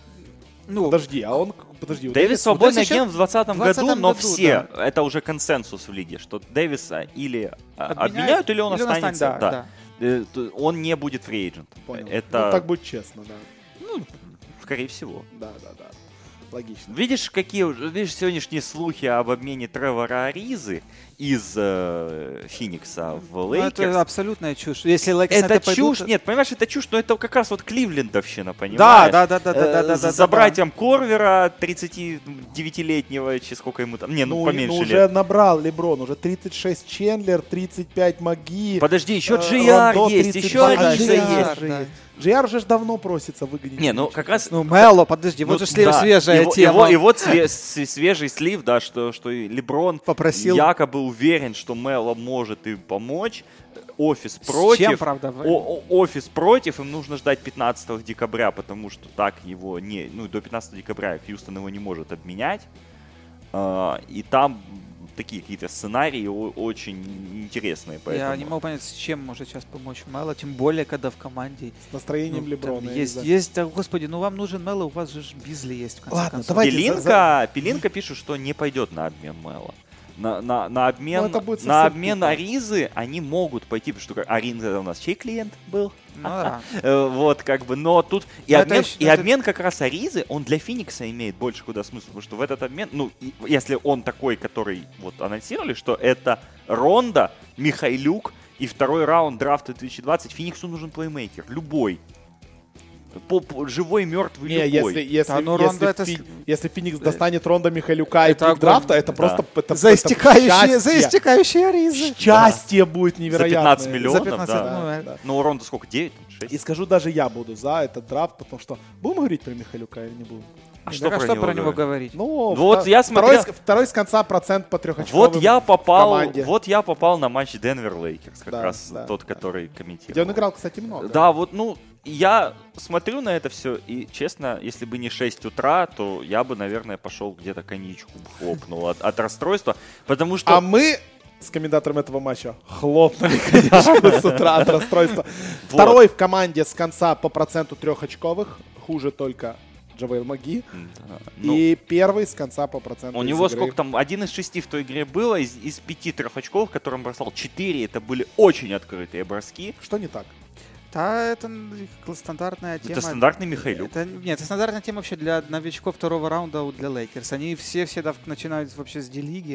Дэвис свободный агент в 2020 году, но все, это уже консенсус в лиге, что Дэвиса или обменяют, или он останется. Да. Он не будет фри-эйджентом. Понял. Это... так будет честно, да. Скорее всего. Да. Логично. Видишь сегодняшние слухи об обмене Тревора Аризы из Феникса в Лейкерс? Это абсолютная чушь. Если Лейкерс это чушь, пойдут... Нет, понимаешь, это чушь, но это как раз вот Кливлендовщина, понимаешь? Да. За братьям Корвера, 39-летнего, сколько ему там, поменьше лет. Уже набрал Леброн, уже 36 Чендлер, 35 Маги. Подожди, еще GR есть, еще Ариза есть. GR уже давно просится выгонять. Как раз... Мелло, подожди, вот же свежая тема. И вот свежий слив, да, что Леброн попросил, якобы уверен, что Мелло может им помочь. Офис против. С чем, правда? Офис против, им нужно ждать 15 декабря, потому что так его до 15 декабря Хьюстон его не может обменять. И там такие какие-то сценарии очень интересные. Поэтому... Я не могу понять, с чем может сейчас помочь Мелло, тем более, когда в команде... С настроением Леброна. Есть, господи, вам нужен Мелло, у вас же Бизли есть, в конце концов. Пелинка пишет, что не пойдет на обмен Мелло. На обмен Аризы они могут пойти, потому что Ариза у нас чей клиент был? Вот, но тут... обмен как раз Аризы, он для Феникса имеет больше куда смысла, потому что в этот обмен, если он такой, который вот анонсировали, что это Рондо, Михайлюк и второй раунд драфта 2020, Фениксу нужен плеймейкер, любой. Живой, мертвый, любой. Если Феникс достанет Рондо, Михайлюка и пик драфта, это просто за истекающие Аризы. Счастье будет невероятное. За 15 миллионов, да. Ну, у Рондо сколько? 9? 6? И скажу, даже я буду за этот драфт, потому что... Будем говорить про Михайлюка или не будем? А что про него говорить? Вот я смотрел... Второй с конца процент по трехочковым Вот я попал на матч Денвер Лейкерс, как раз тот, который комментировал. Где он играл, кстати, много. Да, я смотрю на это все, и, честно, если бы не 6 утра, то я бы, наверное, пошел где-то коньячку хлопнул от расстройства, потому что... А мы с комментатором этого матча хлопнули, конечно, с утра от расстройства. Второй в команде с конца по проценту трехочковых, хуже только Джавейл Маги. И первый с конца по проценту. У него сколько там, 1 из 6 в той игре было, из 5 трехочковых, которым бросал 4, это были очень открытые броски. Что не так? Да, это стандартная тема. Это стандартный Михайлюк. Это стандартная тема вообще для новичков второго раунда для Лейкерс. Они все всегда начинают вообще с D-лиги.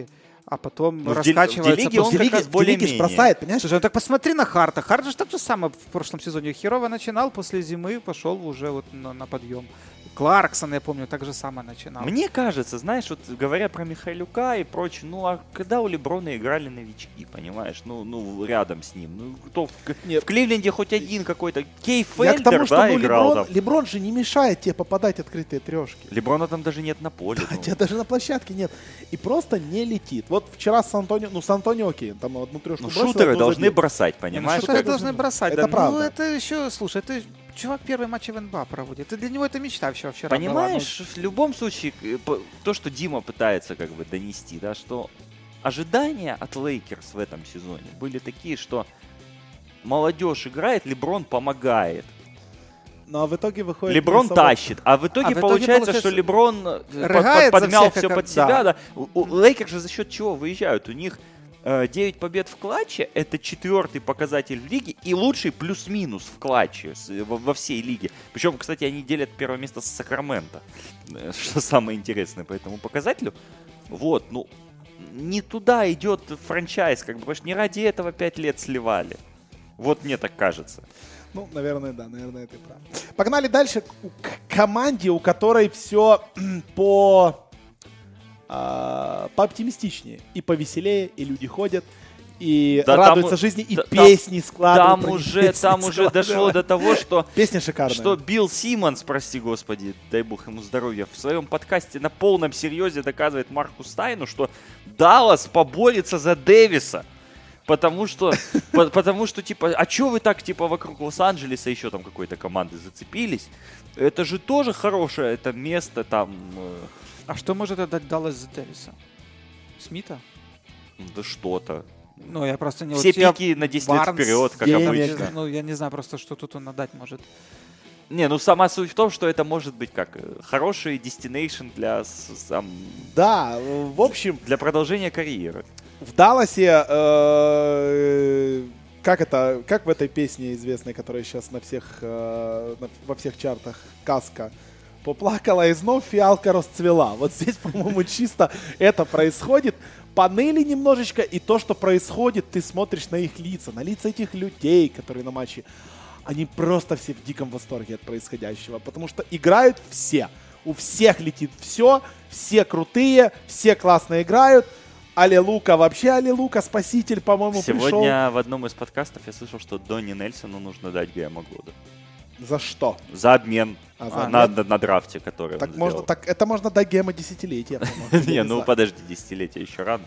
а потом Ну, в раскачивается. D-лиге он как раз более-менее. бросает, понимаешь? Слушай, ну так посмотри на Харта. Харт же так же самое в прошлом сезоне херово начинал, после зимы пошел уже вот на подъем. Кларксон, я помню, так же самое начинал. Мне кажется, знаешь, вот говоря про Михайлюка и прочее, ну а когда у Леброна играли новички, понимаешь, ну рядом с ним, ну кто в Кливленде хоть один какой-то Кей Я к тому, Фельдер, что да, играл там. Леброн же не мешает тебе попадать открытые трешки. Леброна там даже нет на поле. А тебя даже на площадке нет. И просто не летит. Вот вчера с Антонио, окей, там одну трешку Ну бросил, шутеры одну должны забил. бросать, Ну, понимаешь? шутеры как- должны бросать, Это да. правда. Ну, это еще, слушай, это чувак первый матч в НБА проводит. Для него это мечта вчера была. Понимаешь, в любом случае, то, что Дима пытается как бы донести, да, что ожидания от Лейкерс в этом сезоне были такие, что молодежь играет, Леброн помогает. Ну а в итоге выходит... Леброн не собой. тащит, а в итоге в итоге получается, получается, что Леброн рыгает за подмял всех, все как- под да. себя. Да. У Лейкерс же за счет чего выезжают? У них 9 побед в клатче, это 4-й показатель в лиге и лучший плюс-минус в клатче во всей лиге. Причем, кстати, они делят первое место с Сакраменто, что самое интересное по этому показателю. Вот, ну, не туда идет франчайз, как бы, потому что не ради этого 5 лет сливали. Вот мне так кажется. Ну, наверное, да, наверное, ты прав. Погнали дальше к команде, у которой все пооптимистичнее. И повеселее, и люди ходят, и Да, радуются там- жизни, и да, песни складывают. Там про них уже, песни там уже дошло складывают. до того, что Песня шикарная. Что Билл Симмонс, прости господи, дай бог ему здоровья, в своем подкасте на полном серьезе доказывает Марку Стайну, что Даллас поборется за Дэвиса. Потому что, типа, а чё вы так, типа, вокруг Лос-Анджелеса еще там какой-то команды зацепились? Это же тоже хорошее это место там. А что может отдать Даллас за Дэвиса? Смита? Да что-то. Ну, я просто не... Все вот я- пики на 10 лет Барнс, вперед, как денег. обычно. Ну, я не знаю просто, что тут он отдать может. Не, ну сама суть в том, что это может быть как хороший destination для Да, в общем, для продолжения карьеры. в Далласе, как в этой песне известной, которая сейчас во всех чартах, «Каска», поплакала и знов фиалка расцвела. Вот здесь, по-моему, чисто это происходит. Панели немножечко, и то, что происходит, ты смотришь на их лица, на лица этих людей, которые на матче. Они просто все в диком восторге от происходящего, потому что играют все. У всех летит все крутые, все классно играют. Аллилуйя, вообще аллилуйя, спаситель, по-моему, пришел. Сегодня в одном из подкастов я слышал, что Донни Нельсону нужно дать Грэма Года. За что? За обмен За на драфте, который Так он можно, сделал. так это можно дать Гема десятилетия, по-моему. Не, Я ну знаю. подожди, десятилетия еще рано.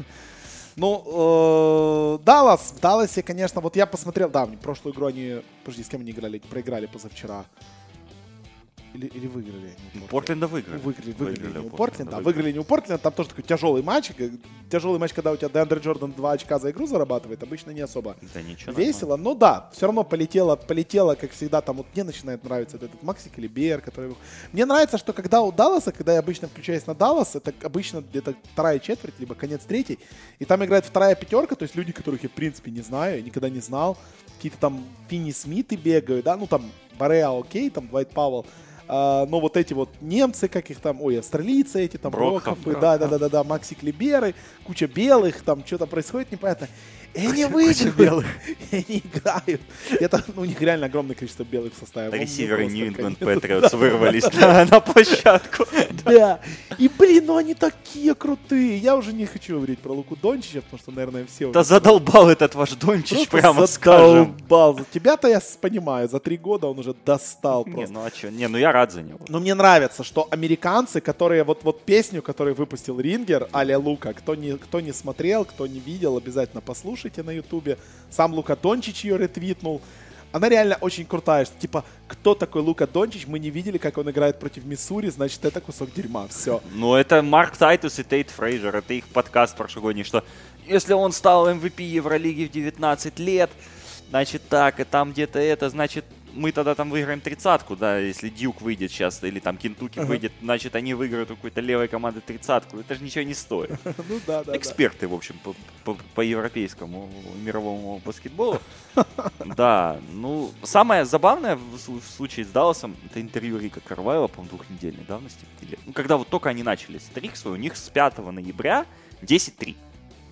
Ну, Даллас, в Далласе, конечно, вот я посмотрел, да, прошлую игру они, подожди, с кем они играли? Проиграли позавчера. Или выиграли они? Портленда выиграли. Выиграли не у Портленда, Портленда. Выиграли не у Портленда. Там тоже такой тяжелый матч. Тяжелый матч, когда у тебя Деандре Джордан 2 очка за игру зарабатывает, обычно не особо Да ничего. весело. Но да, все равно полетело, как всегда. Там вот мне начинает нравиться этот Макси Калибер, который... Мне нравится, что когда у Далласа, когда я обычно включаюсь на Даллас, это обычно где-то вторая четверть, либо конец третьей, и там играет вторая пятерка, то есть люди, которых я в принципе не знаю, никогда не знал. Какие-то там Финни Смиты бегают, да, ну там Бареа окей, там Двайт Пауэлл. Но вот эти вот немцы, как их там, австралийцы эти там, Брокхампы, да, Макси Клиберы, куча белых, там что-то происходит непонятно. И они выигрывают, и они играют. Это, у них реально огромное количество белых в составе. Ресиверы Нью-Ингланд Патриотс вырвались на площадку. Да. И, блин, ну они такие крутые. Я уже не хочу говорить про Луку Дончича, потому что, наверное, все уже... Да задолбал этот ваш Дончич, Просто прямо скажем. задолбал. Тебя-то я понимаю, за 3 года он уже достал Не, просто. ну а что? Не, ну я рад за него. Но мне нравится, что американцы, которые вот песню, которую выпустил Рингер, а-ля Лука, кто не смотрел, кто не видел, обязательно послушайте на ютубе. Сам Лука Дончич ее ретвитнул. Она реально очень крутая, что типа, кто такой Лука Дончич, мы не видели, как он играет против Миссури, значит, это кусок дерьма, все. Ну это Марк Тайтус и Тейт Фрейзер, это их подкаст прошлогодний, что если он стал MVP Евролиги в 19 лет, значит так, и там где-то это, значит, мы тогда там выиграем 30-ку, да, если Дьюк выйдет сейчас, или там Кентукки выйдет, значит, они выиграют у какой-то левой команды 30-ку. Это же ничего не стоит. Ну да. Эксперты, в общем, по европейскому мировому баскетболу. Да, ну, самое забавное в случае с Далласом, это интервью Рика Карвайла, по-моему, 2-недельной давности. Ну, когда вот только они начали стрик свой, у них с 5 ноября 10-3.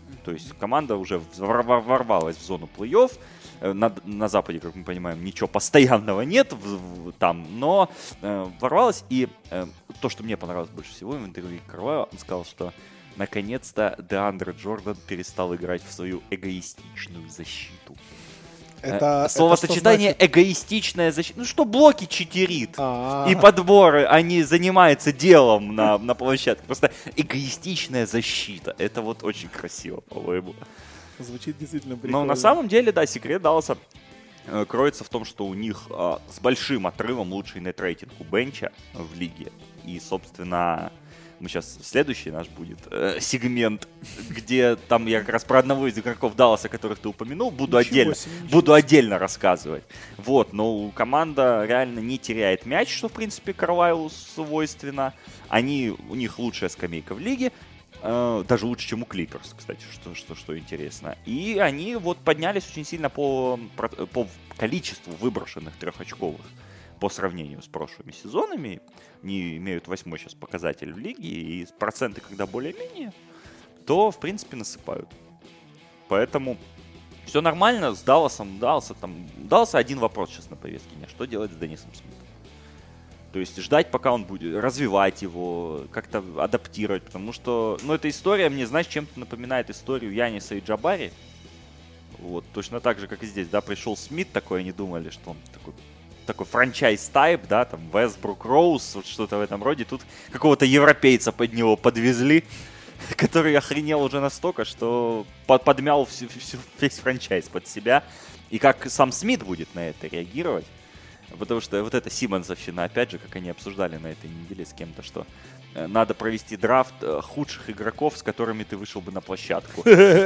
То есть команда уже ворвалась в зону плей-офф. На Западе, как мы понимаем, ничего постоянного нет там, но ворвалась. И то, что мне понравилось больше всего в интервью Карлайла, он сказал, что наконец-то Деандре Джордан перестал играть в свою эгоистичную защиту. Словосочетание эгоистичная защита. Ну что блоки читерит и подборы, они занимаются делом на площадке. Просто эгоистичная защита. Это вот очень красиво, по-моему. Звучит действительно прикольно. Но на самом деле, да, секрет Далласа кроется в том, что у них с большим отрывом лучший нет-рейтинг у бенча в лиге. И, собственно, мы сейчас, следующий наш будет сегмент, где там я как раз про одного из игроков Далласа, которых ты упомянул, буду отдельно рассказывать. Вот, но команда реально не теряет мяч, что, в принципе, Карлайлу свойственно. У них лучшая скамейка в лиге. Даже лучше, чем у Клиперс, кстати, что интересно. И они вот поднялись очень сильно по количеству выброшенных трехочковых по сравнению с прошлыми сезонами. Они имеют 8-й сейчас показатель в лиге, и проценты, когда более-менее, то, в принципе, насыпают. Поэтому все нормально с Далласом. Далласа один вопрос сейчас на повестке дня. Что делать с Деннисом Смитом? То есть ждать, пока он будет, развивать его, как-то адаптировать, потому что, эта история мне, знаешь, чем-то напоминает историю Яниса и Джабари. Вот, точно так же, как и здесь, да, пришел Смит такой, они думали, что он такой франчайз-тайп, да, там, Вестбрук Роуз, вот что-то в этом роде. Тут какого-то европейца под него подвезли, который охренел уже настолько, что подмял весь франчайз под себя. И как сам Смит будет на это реагировать. Потому что вот эта Симмонсовщина, опять же, как они обсуждали на этой неделе с кем-то, что надо провести драфт худших игроков, с которыми ты вышел бы на площадку.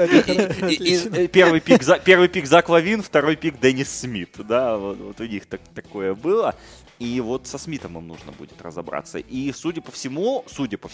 Первый пик Зак Лавин, второй пик Деннис Смит. Да, вот у них такое было. И вот со Смитом им нужно будет разобраться. И судя по всему,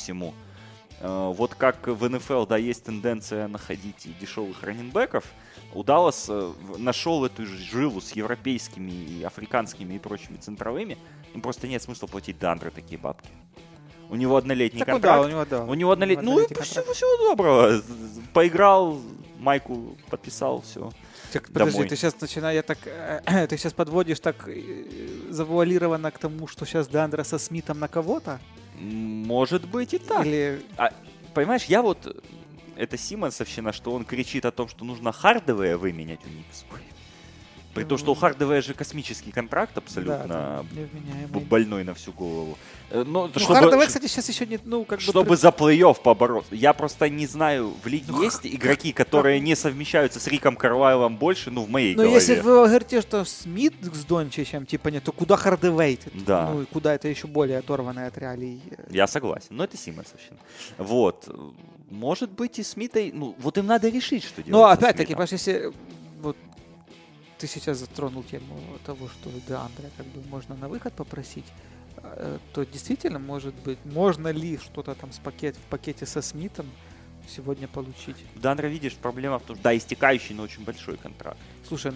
вот как в НФЛ, да, есть тенденция находить дешевых раннинбеков, у Даллас нашел эту жилу с европейскими, и африканскими и прочими центровыми. Им просто нет смысла платить Деандре такие бабки. У него однолетний контракт. У него однолетний. Ну и всего доброго. Поиграл, майку подписал, все. Подожди, домой. Ты сейчас подводишь так завуалированно к тому, что сейчас Деандре со Смитом на кого-то? Может быть и так. Понимаешь, это Симмонсовщина, что он кричит о том, что нужно Хардавея выменять у Никс. При том, что у Хардавея же космический контракт абсолютно больной на всю голову. Хардавей, кстати, сейчас еще не... Чтобы за плей-офф побороться. Я просто не знаю, в лиге есть игроки, которые не совмещаются с Риком Карлайлом больше, в моей голове. Но если вы говорите, что Смит с Дончичем, то куда Хардавей? Да. Куда это еще более оторванное от реалий? Я согласен, но это Симмонсовщина. Вот. Может быть и Смита... вот им надо решить, что делать. Но опять-таки, потому что если... Ты сейчас затронул тему того, что Деандре можно на выход попросить, то действительно, может быть, можно ли что-то там в пакете со Смитом сегодня получить? Деандре, видишь, проблема в том, что, истекающий, но очень большой контракт. Слушай,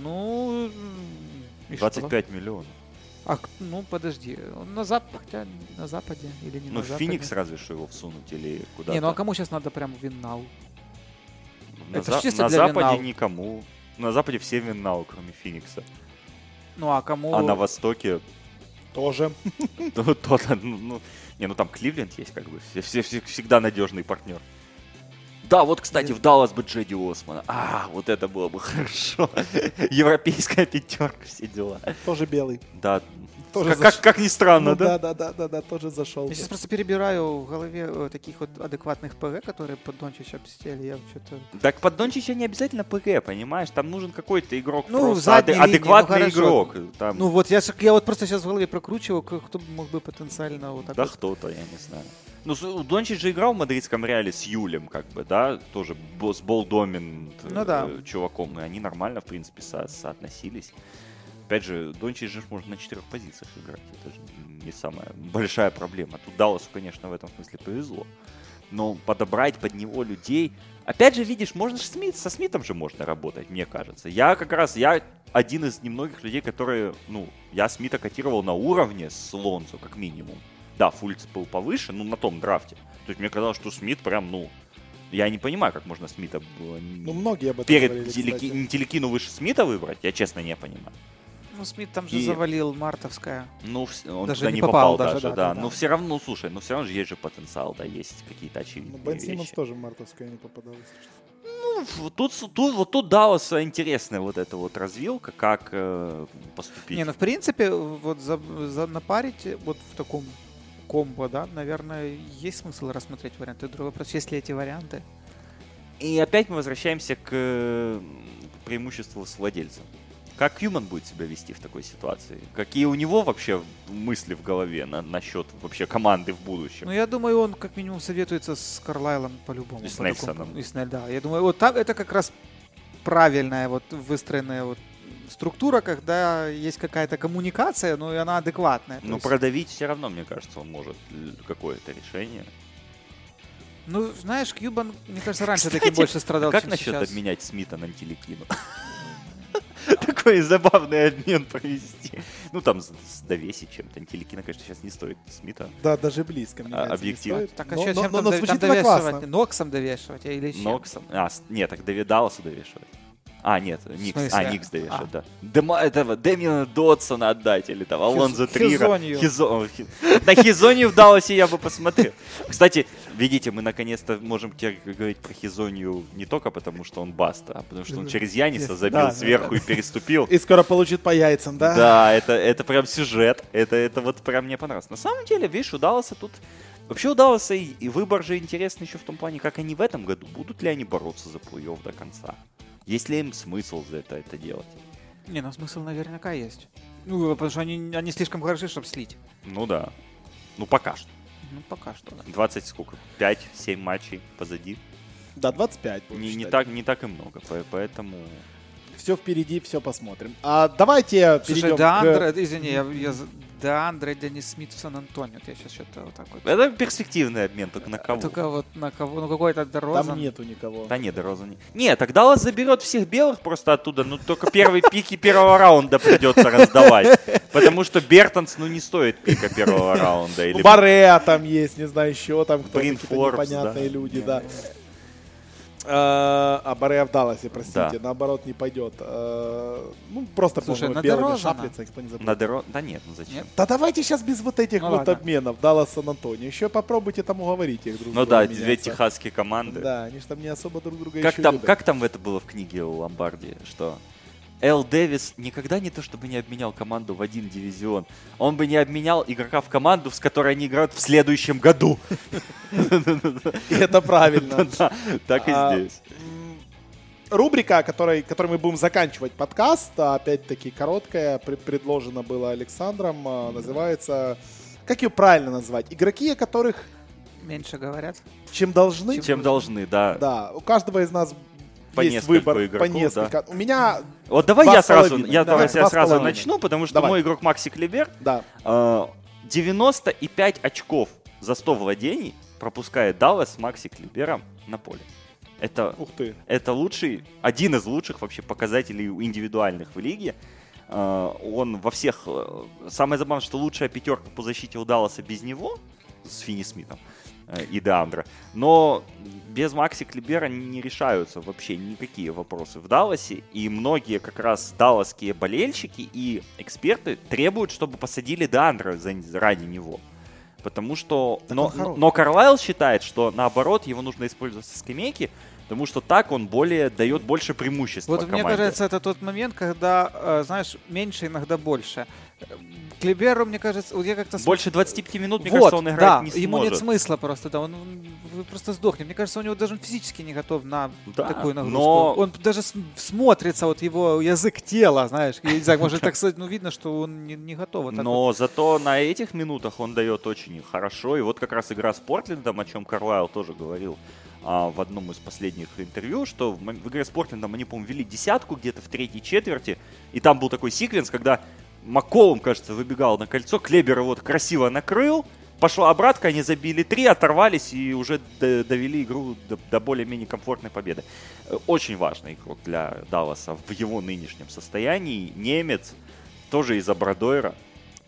25 миллионов. Подожди, он на Западе или не на Западе? В Феникс разве что его всунуть или куда-то. Не, а кому сейчас надо прям Виннау? На Западе никому. На Западе все Виннау, кроме Феникса. А кому? А на Востоке... Тоже. Там Кливленд есть, всегда надежный партнер. Да, вот, кстати, в Даллас бы Джеди Османа. Вот это было бы хорошо. Европейская пятерка, все дела. Тоже белый. Да. Как ни странно, да? Да, тоже зашел. Я сейчас просто перебираю в голове таких вот адекватных ПГ, которые под Дончича обсидели. Я что-то... Так под Дончича не обязательно ПГ, понимаешь? Там нужен какой-то игрок, просто адекватный игрок. Там... я вот просто сейчас в голове прокручиваю, кто мог бы потенциально вот так. Да кто-то, я не знаю. Дончич же играл в мадридском Реале с Юлем, да, тоже с болдоминант чуваком, и они нормально, в принципе, соотносились. Опять же, Дончич же может на 4 позициях играть, это же не самая большая проблема. Тут Далласу, конечно, в этом смысле повезло. Но подобрать под него людей... Опять же, видишь, со Смитом же можно работать, мне кажется. Я один из немногих людей, которые... я Смита котировал на уровне с Лонзо, как минимум. Да, Фульц был повыше, на том драфте. То есть мне казалось, что Смит прям, Я не понимаю, как можно Смита Ну, многие об этом перед говорили, кстати. Телекину выше Смита выбрать. Я честно не понимаю. Ну, Смит там же И- завалил Мартовская. Ну, он Даже туда не не попал попал даже, даже, да. Но все равно, слушай, все равно же есть же потенциал, да, есть какие-то Ну, очевидные Бен Симмонс вещи. тоже мартовская не попадалась. Тут Далласа интересная вот эта вот развилка, как поступить. Не, ну в принципе, вот напарить вот в таком комбо, да, наверное, есть смысл рассмотреть варианты. Другой вопрос, есть ли эти варианты? И опять мы возвращаемся к преимуществу с владельцем. Как Кьюман будет себя вести в такой ситуации? Какие у него вообще мысли в голове насчет вообще команды в будущем? Ну, я думаю, он как минимум советуется с Карлайлом по-любому. И с по такому- Нельсоном. И с да. Я думаю, вот так это как раз правильная вот выстроенная вот структура, когда есть какая-то коммуникация, но и она адекватная. То Но есть, продавить все равно, мне кажется, он может какое-то решение. ну, знаешь, Кьюбан, мне кажется, раньше Кстати, таким больше страдал, Как чем насчет сейчас. обменять Смита на Телекину? Такой забавный обмен провести. Ну, там, довесить чем-то. Телекина, конечно, сейчас не стоит Смита. Да, даже близко. Мне кажется, не объективно. стоит. Так, а Но- чем но- там, но там звучит это довешивать? классно. Ноксом довешивать или чем? Ноксом. Нет, так Далласу довешивать. Нет, Никс. смысле? Никс довешивать, да. Этого Дэмиана Дотсона отдать, или там Алонзо Трира. Хизонью. На Хизонию в Далласе я бы посмотрел. Кстати, видите, мы наконец-то можем теперь говорить про Хизонию не только потому, что он баста, а потому что он через Яниса забил Да, сверху и переступил. И скоро получит по яйцам, да? Да, это прям сюжет. Это вот прям мне понравилось. На самом деле, видишь, у Далласа тут... Вообще у Далласа и выбор же интересный еще в том плане, как они в этом году, будут ли они бороться за плей-офф до конца. Есть ли им смысл за это делать? Не, ну смысл наверняка есть. Ну, потому что они слишком хороши, чтобы слить. Ну да. Ну пока что. Ну, пока что, да. 20 сколько? 5-7 матчей позади. Да, 25. Не так и много, поэтому... Все впереди, все посмотрим. А давайте Слушай, перейдем Деандре, извини, Деандре Денис Смит в Сан-Антонио. Вот я сейчас что-то вот так вот. Это перспективный обмен, только на кого? Только вот на кого? Ну, какой-то Там Дерозан. нету никого. Да нет, Дероза не... Не, так Даллас заберет всех белых просто оттуда, ну только первые пики первого раунда придется раздавать. Потому что Бертонс, не стоит пика первого раунда. Или Барреа там есть, не знаю, еще там кто-то, Брин какие-то Форбс, непонятные да. люди, да. А Барреа в Далласе, простите, Да. наоборот не пойдет. Ну, просто, Слушай, по-моему, на белыми Дерозана. шаплится, никто не забыл. на Дероза... Да нет, зачем? Нет? Да давайте сейчас без вот этих Ну вот ладно. обменов Даллас Сан-Антонио. Еще попробуйте там уговорить их друг Ну друга да, две меняться. техасские команды. Да, они же там не особо друг друга Как еще там, любят. как там это было в книге у Ломбарди, что Эл Дэвис никогда не то чтобы не обменял команду в один дивизион, он бы не обменял игрока в команду, с которой они играют в следующем году. И это правильно. Да, так и А, здесь. Рубрика, которой мы будем заканчивать подкаст, опять-таки короткая, предложена была Александром, называется, как ее правильно назвать? Игроки, о которых Меньше говорят. чем должны. Чем должны, да. Да, у каждого из нас По есть нескольку выбор по игроков, несколько. У меня, Вот давай Два я с сразу, половиной. я Давай, давай я два с сразу половиной. начну, потому что Давай. мой игрок Макси Клибер да, 95 очков за 100 владений пропускает Даллас с Макси Клибером на поле. ух ты. Это один из лучших вообще показателей индивидуальных в лиге. Он во всех... Самое забавное, что лучшая пятерка по защите у Далласа без него, с Финни Смитом и Деандре. Но без Макси Клибера не решаются вообще никакие вопросы в Далласе. И многие как раз далласские болельщики и эксперты требуют, чтобы посадили Деандре ради него. Потому что... Так он хорош. Но Карлайл считает, что наоборот его нужно использовать со скамейки, потому что так он дает больше преимущества Вот мне команде. кажется, это тот момент, когда, знаешь, меньше иногда больше. Клиберу, мне кажется, вот я как-то... Больше 25 минут, мне Вот, кажется, он играть да, не ему сможет. нет смысла просто, да, он просто сдохнет. Мне кажется, у него даже физически не готов на Да, такую нагрузку. но- Он даже смотрится, вот его язык тела, знаешь, я не знаю, может так сказать, ну видно, что он не готов. Вот так Но вот. зато на этих минутах он дает очень хорошо. И вот как раз игра с Портлендом, о чем Карлайл тоже говорил в одном из последних интервью, что в игре с Портлендом они, по-моему, вели десятку где-то в третьей четверти. И там был такой секвенс, когда Макколум, кажется, выбегал на кольцо, Клебер его красиво накрыл, пошла обратка, они забили 3, оторвались и уже довели игру до более-менее комфортной победы. Очень важный игрок для Далласа в его нынешнем состоянии. Немец, тоже из Обрадойра.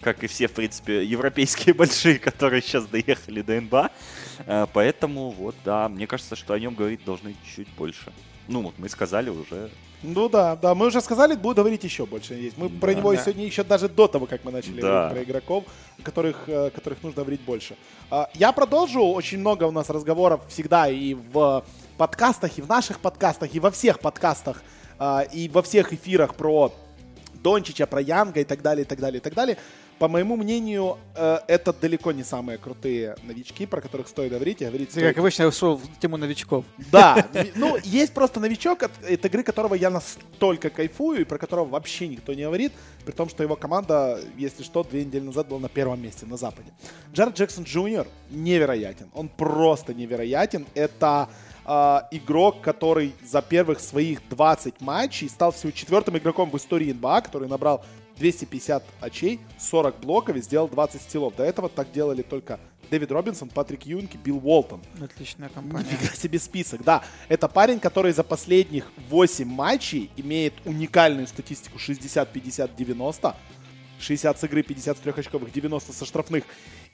как и все, в принципе, европейские большие, которые сейчас доехали до НБА. Поэтому, вот, да, мне кажется, что о нем говорить должны чуть больше. Ну, вот мы сказали уже. Ну да, мы уже сказали, буду говорить еще больше. Есть. Мы про него сегодня еще даже до того, как мы начали говорить про игроков, которых нужно говорить больше. Я продолжу. Очень много у нас разговоров всегда и в подкастах, и в наших подкастах, и во всех подкастах, и во всех эфирах про Дончича, про Янга и так далее, и так далее, и так далее. По моему мнению, это далеко не самые крутые новички, про которых стоит говорить. Как обычно, я ушел в тему новичков. Да, ну, есть просто новичок, от игры которого я настолько кайфую, и про которого вообще никто не говорит, при том, что его команда, если что, 2 недели назад была на первом месте на Западе. Джаред Джексон Джуниор невероятен, он просто невероятен. Это игрок, который за первых своих 20 матчей стал всего 4-м игроком в истории НБА, который набрал 250 очей, 40 блоков и сделал 20 стилов. До этого так делали только Дэвид Робинсон, Патрик Юнг и Билл Уолтон. Отличная компания. Нифига себе список, да. Это парень, который за последних 8 матчей имеет уникальную статистику 60-50-90. 60 с игры, 50 с трехочковых, 90 со штрафных.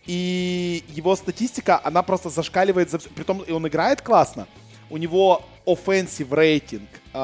И его статистика, она просто зашкаливает за все. Притом он играет классно. У него offensive рейтинг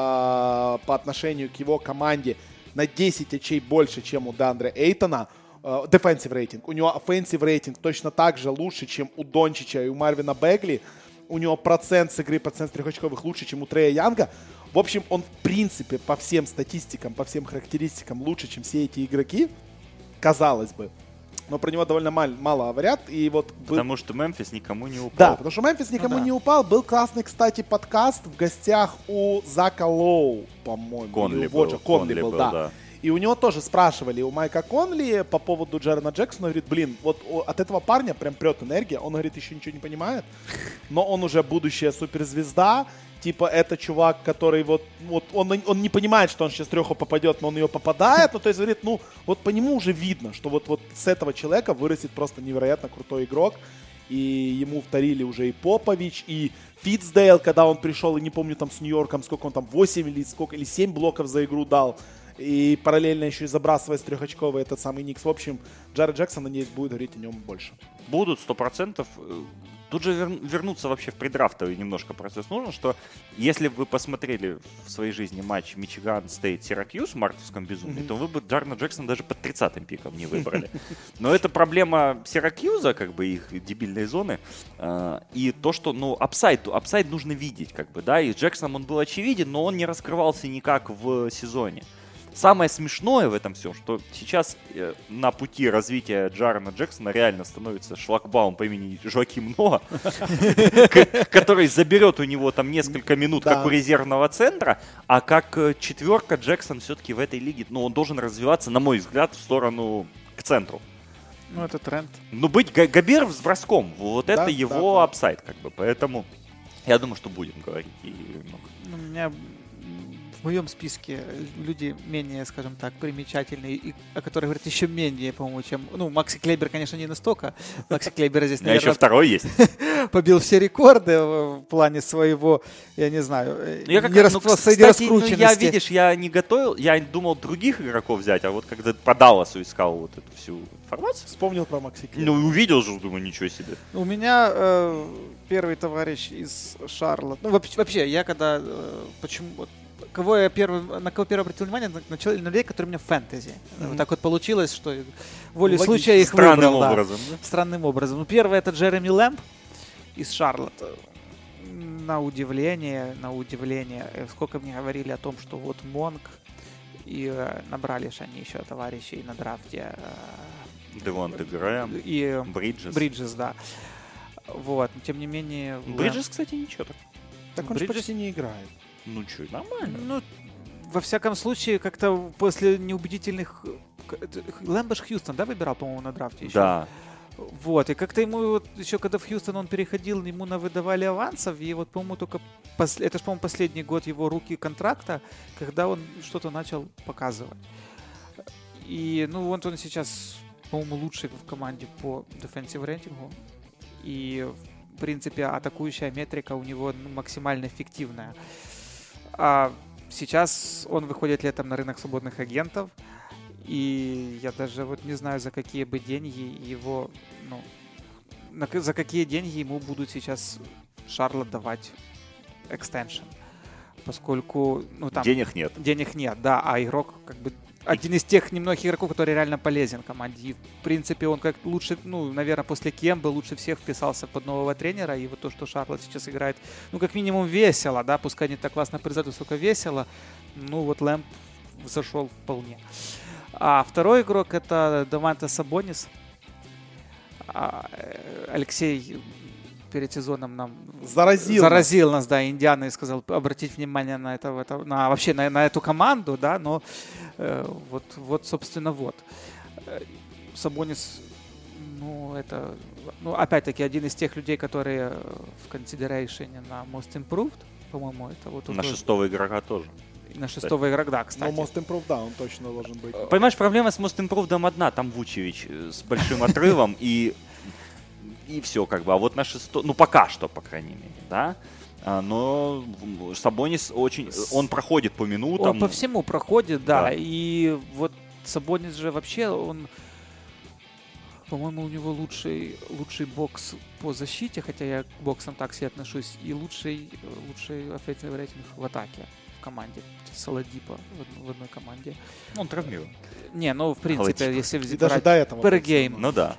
по отношению к его команде на 10 очей больше, чем у Деандре Эйтона. Defensive рейтинг. У него offensive рейтинг точно так же лучше, чем у Дончича и у Марвина Бегли. У него процент с игры, процент с трехочковых лучше, чем у Трея Янга. В общем, он в принципе по всем статистикам, по всем характеристикам лучше, чем все эти игроки. Казалось бы. Но про него довольно мало говорят. И вот потому что Мемфис никому не упал. Да, потому что Мемфис никому не упал. Был классный, кстати, подкаст в гостях у Зака Лоу, по-моему. Конли был, да. И у него тоже спрашивали, у Майка Конли по поводу Джарена Джексона. Он говорит, блин, вот от этого парня прям прет энергия. Он, говорит, еще ничего не понимает, но он уже будущая суперзвезда. Типа, это чувак, который вот он не понимает, что он сейчас треху попадет, но он ее попадает. Ну, то есть, говорит, ну, вот по нему уже видно, что вот с этого человека вырастет просто невероятно крутой игрок. И ему вторили уже и Попович, и Фитцдейл, когда он пришел, и не помню там с Нью-Йорком, сколько он там, 8 или 7 блоков за игру дал. И параллельно еще и забрасывая с трехочковый этот самый Никс. В общем, Джаред Джексон, надеюсь, будет говорить о нем больше. Будут 100%. Тут же вернуться вообще в предрафтовый немножко процесс нужно, что если бы вы посмотрели в своей жизни матч Мичиган Стейт Сиракьюз в мартовском безумии, то вы бы Джарена Джексона даже под 30-м пиком не выбрали. Но это проблема Сиракьюза, как бы их дебильной зоны, и то, что, ну, апсайд нужно видеть, как бы, да, и с Джексоном он был очевиден, но он не раскрывался никак в сезоне. Самое смешное в этом всем, что сейчас на пути развития Джарена Джексона реально становится шлагбаум по имени Жоаким Ноа, который заберет у него там несколько минут, как у резервного центра, а как четверка Джексон все-таки в этой лиге, ну, он должен развиваться, на мой взгляд, в сторону к центру. Ну, это тренд. Ну, быть Гобер с броском, вот это его апсайд, как бы, поэтому я думаю, что будем говорить. У меня... В моем списке люди менее, скажем так, примечательные, и о которых говорят еще менее, по-моему, чем... Ну, Макси Клейбер, конечно, не настолько. Макси Клейбер здесь, наверное... еще второй есть. Побил все рекорды в плане своего, я не знаю, раскрученности. Я, видишь, я не готовил, я думал других игроков взять, а вот когда по Далласу искал вот эту всю информацию... Вспомнил про Макси Клейбера. Ну, увидел же, думаю, ничего себе. У меня первый товарищ из Шарлотт... Ну, вообще, я когда... Почему... На кого первый обратил внимание, на людей, которые у меня в фэнтези. Вот так вот получилось, что волей случая их выбрал. Странным образом. Да. Странным образом. Ну, первый это Джереми Лэмб из Шарлотта. На удивление, сколько мне говорили о том, что вот Монк, и набрали же они еще товарищей на драфте. Девонте Грэм и Бриджес, да. Вот, но тем не менее... Бриджес, кстати, ничего так. Так он же почти не играет. Ну что, нормально. Ну, во всяком случае, как-то после неубедительных... Лэмбэш Хьюстон, да, выбирал, по-моему, на драфте еще? Да. Вот, и как-то ему вот еще, когда в Хьюстон он переходил, ему выдавали авансов, и вот, по-моему, только... Это же, по-моему, последний год его руки контракта, когда он что-то начал показывать. И, ну, вот он сейчас, по-моему, лучший в команде по defensive рейтингу. И, в принципе, атакующая метрика у него максимально эффективная. А сейчас он выходит летом на рынок свободных агентов, И я даже вот не знаю, за какие бы деньги его, за какие деньги ему будут сейчас Шарлотт давать экстеншн. Поскольку, там... Денег нет. Денег нет, да, а игрок как бы один из тех немногих игроков, который реально полезен команде. И, в принципе, он как лучше, наверное, после Кембы лучше всех вписался под нового тренера. И вот то, что Шарлотт сейчас играет, как минимум весело, да, пускай не так классно произойдет, сколько весело. Вот Лэмп зашел вполне. А второй игрок — это Домантес Сабонис. Алексей перед сезоном нам заразил нас, да, Индиана, и сказал обратить внимание на вообще на эту команду, да, но собственно, Сабонис, это, опять-таки, один из тех людей, которые в consideration на Most Improved, по-моему, это вот... На шестого игрока тоже. На шестого игрока, да, кстати. Но Most Improved, да, он точно должен быть. Понимаешь, проблема с Most Improved одна, там Вучевич с большим отрывом, и все, как бы. А вот на шестой, пока что, по крайней мере, да. Но Сабонис он проходит по минутам. Он по всему проходит, да. И вот Сабонис же вообще, он, по-моему, у него лучший бокс по защите, хотя я к боксам так себе отношусь, и лучший offensive рейтинг в атаке в команде. Саладипа в одной команде. Он травмирован. Не, в принципе, если взять per game. Ну да.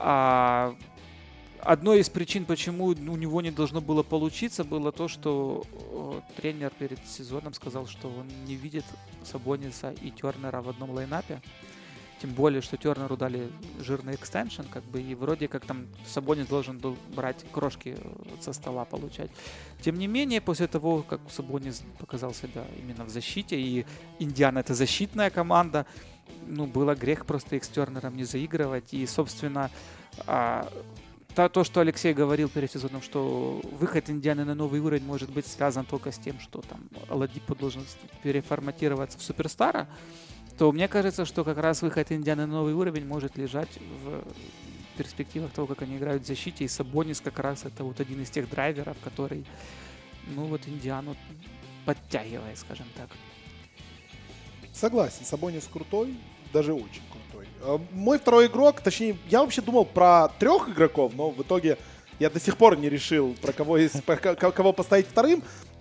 Одной из причин, почему у него не должно было получиться, было то, что тренер перед сезоном сказал, что он не видит Сабониса и Тернера в одном лайнапе. Тем более, что Тернеру дали жирный экстеншн, как бы, и вроде как там Сабонис должен был брать крошки со стола, получать. Тем не менее, после того, как Сабонис показал себя именно в защите, и Индиана — это защитная команда, было грех просто их с Тернером не заигрывать. И, собственно, то, что Алексей говорил перед сезоном, что выход Индианы на новый уровень может быть связан только с тем, что там Оладипо должен переформатироваться в суперстара, то мне кажется, что как раз выход Индианы на новый уровень может лежать в перспективах того, как они играют в защите. И Сабонис как раз это вот один из тех драйверов, который, Индиану подтягивает, скажем так. Согласен, Сабонис крутой, даже очень крутой. Мой второй игрок, точнее, я вообще думал про 3 игроков, но в итоге я до сих пор не решил, про кого поставить вторым.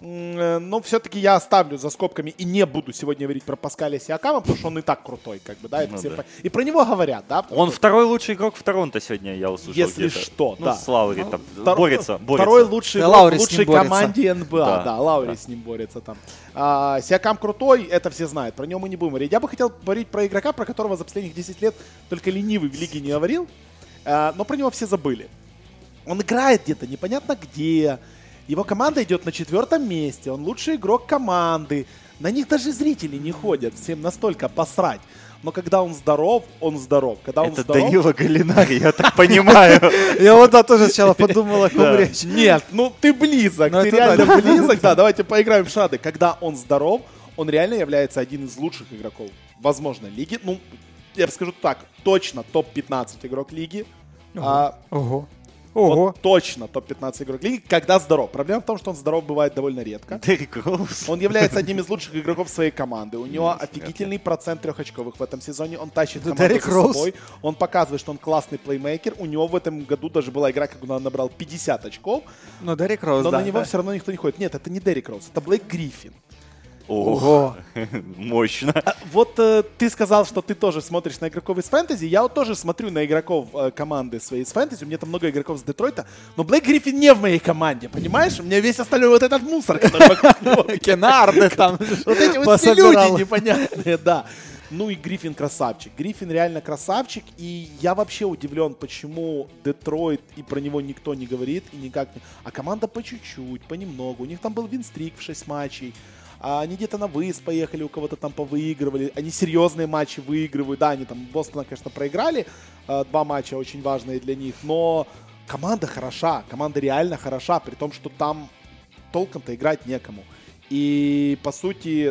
Но все-таки я оставлю за скобками и не буду сегодня говорить про Паскаля Сиакама, потому что он и так крутой, как бы, да, это да. И про него говорят, да. Он второй лучший игрок в Торонто сегодня, я услышал. Если где-то. Что, да. С Лаури там борется. Второй лучший игрок в лучшей команде НБА, да, Лаури да. с ним борется там. Сиакам крутой, это все знают, про него мы не будем говорить. Я бы хотел говорить про игрока, про которого за последних 10 лет только ленивый в лиге не говорил, но про него все забыли. Он играет где-то непонятно где. Его команда идет на 4-м месте. Он лучший игрок команды. На них даже зрители не ходят. Всем настолько посрать. Но когда он здоров, он здоров. Когда он это здоров... Данила Галинари, я так понимаю. Я вот тоже сначала подумал, о ком речь. Нет, ты близок. Ты реально близок. Да, давайте поиграем в шады. Когда он здоров, он реально является один из лучших игроков, возможно, лиги. Я бы скажу так, точно топ-15 игрок лиги. Ого. Вот точно топ-15 игрок лиги, когда здоров. Проблема в том, что он здоров бывает довольно редко. Деррик Роуз. Он является одним из лучших игроков своей команды. У него офигительный процент трехочковых в этом сезоне. Он тащит команду за собой. Он показывает, что он классный плеймейкер. У него в этом году даже была игра, когда он набрал 50 очков. Но Деррик Роуз, но на него все равно никто не ходит. Нет, это не Деррик Роуз, это Блейк Гриффин. Ого, мощно. Вот ты сказал, что ты тоже смотришь на игроков из фэнтези. Я вот тоже смотрю на игроков команды своей из фэнтези. У меня там много игроков с Детройта. Но Блейк Гриффин не в моей команде, понимаешь? У меня весь остальной вот этот мусор, который вокруг него. Кенарды там. Вот эти вот все люди непонятные, да. И Гриффин красавчик. Гриффин реально красавчик. И я вообще удивлен, почему Детройт, и про него никто не говорит, и никак не... А команда по чуть-чуть, понемногу. У них там был винстрик в 6 матчей. Они где-то на выезд поехали, у кого-то там повыигрывали. Они серьезные матчи выигрывают. Да, они там Бостона, конечно, проиграли. 2 матча очень важные для них. Но команда хороша. Команда реально хороша. При том, что там толком-то играть некому. И, по сути,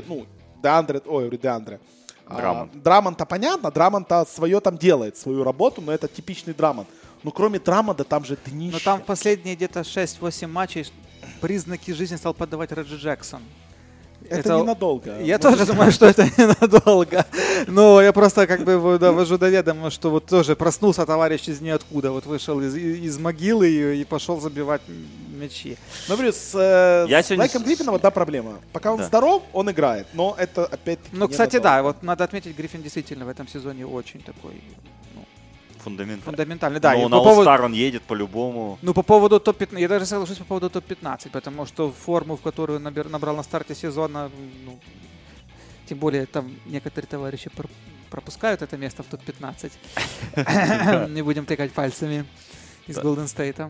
Драмонд-то понятно. Драмонд-то свое там делает, свою работу. Но это типичный Драмонд. Но кроме Драмонда там же днище. Но там в последние где-то 6-8 матчей признаки жизни стал подавать Реджи Джексон. Это ненадолго. Я тоже думаю, что это ненадолго. Но я просто как бы довожу до ведома, что вот тоже проснулся товарищ из ниоткуда. Вот вышел из могилы и пошел забивать мячи. Ну, говорю, с Блейком Гриффином одна проблема. Пока он здоров, он играет. Но это опять-таки Ну, кстати, да, вот надо отметить, Гриффин действительно в этом сезоне очень такой... Фундаментальный, да. Но на All-Star он едет по-любому. Ну, по поводу топ-15, я даже соглашусь по поводу топ-15, потому что форму, в которую набрал на старте сезона, ну, тем более там некоторые товарищи пропускают это место в топ-15. Не будем тыкать пальцами из Golden State.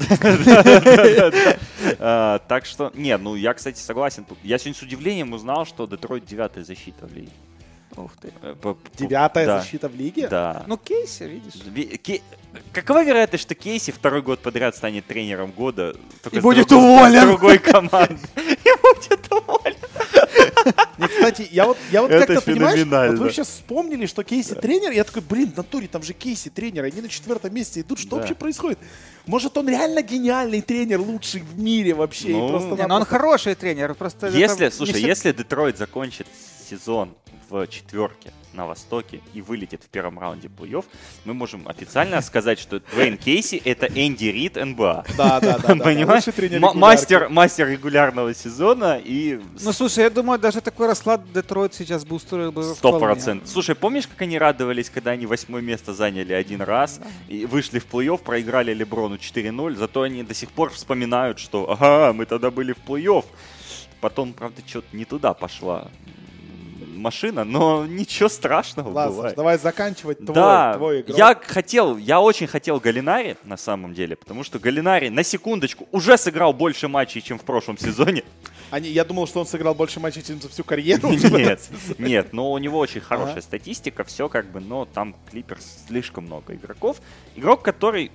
Так что, нет, ну я, кстати, согласен. Я сегодня с удивлением узнал, что Детройт 9-я защита в лиге. Ух ты. 9-я защита в лиге? Да. Ну, Кейси, видишь. Какова вероятность, что Кейси второй год подряд станет тренером года? И будет уволен. С другой команды. И будет уволен. Нет, кстати, я вот как-то, понимаешь, вот вы сейчас вспомнили, что Кейси тренер, я такой, блин, в натуре, там же Кейси тренер, они на 4-м месте идут, что вообще происходит? Может, он реально гениальный тренер, лучший в мире вообще? Ну, он хороший тренер, просто... Слушай, если Детройт закончит сезон в четверке на Востоке и вылетит в первом раунде плей-офф, мы можем официально сказать, что Дуэйн Кейси — это Энди Рид НБА. Да. Понимаешь? Мастер регулярного сезона и... Ну, слушай, я думаю, даже такой расклад Детройт сейчас бы устроил бы 100%. Слушай, помнишь, как они радовались, когда они 8-е место заняли один раз и вышли в плей-офф, проиграли Леброну 4-0, зато они до сих пор вспоминают, что ага, мы тогда были в плей-офф. Потом, правда, что-то не туда пошла машина, но ничего страшного бывает. Ладно, давай заканчивать твой игрок. Я очень хотел Галлинари, на самом деле, потому что Галлинари, на секундочку, уже сыграл больше матчей, чем в прошлом сезоне. Я думал, что он сыграл больше матчей, чем за всю карьеру. Нет, но у него очень хорошая статистика, все как бы, но там Клиперс слишком много игроков. Игрок, который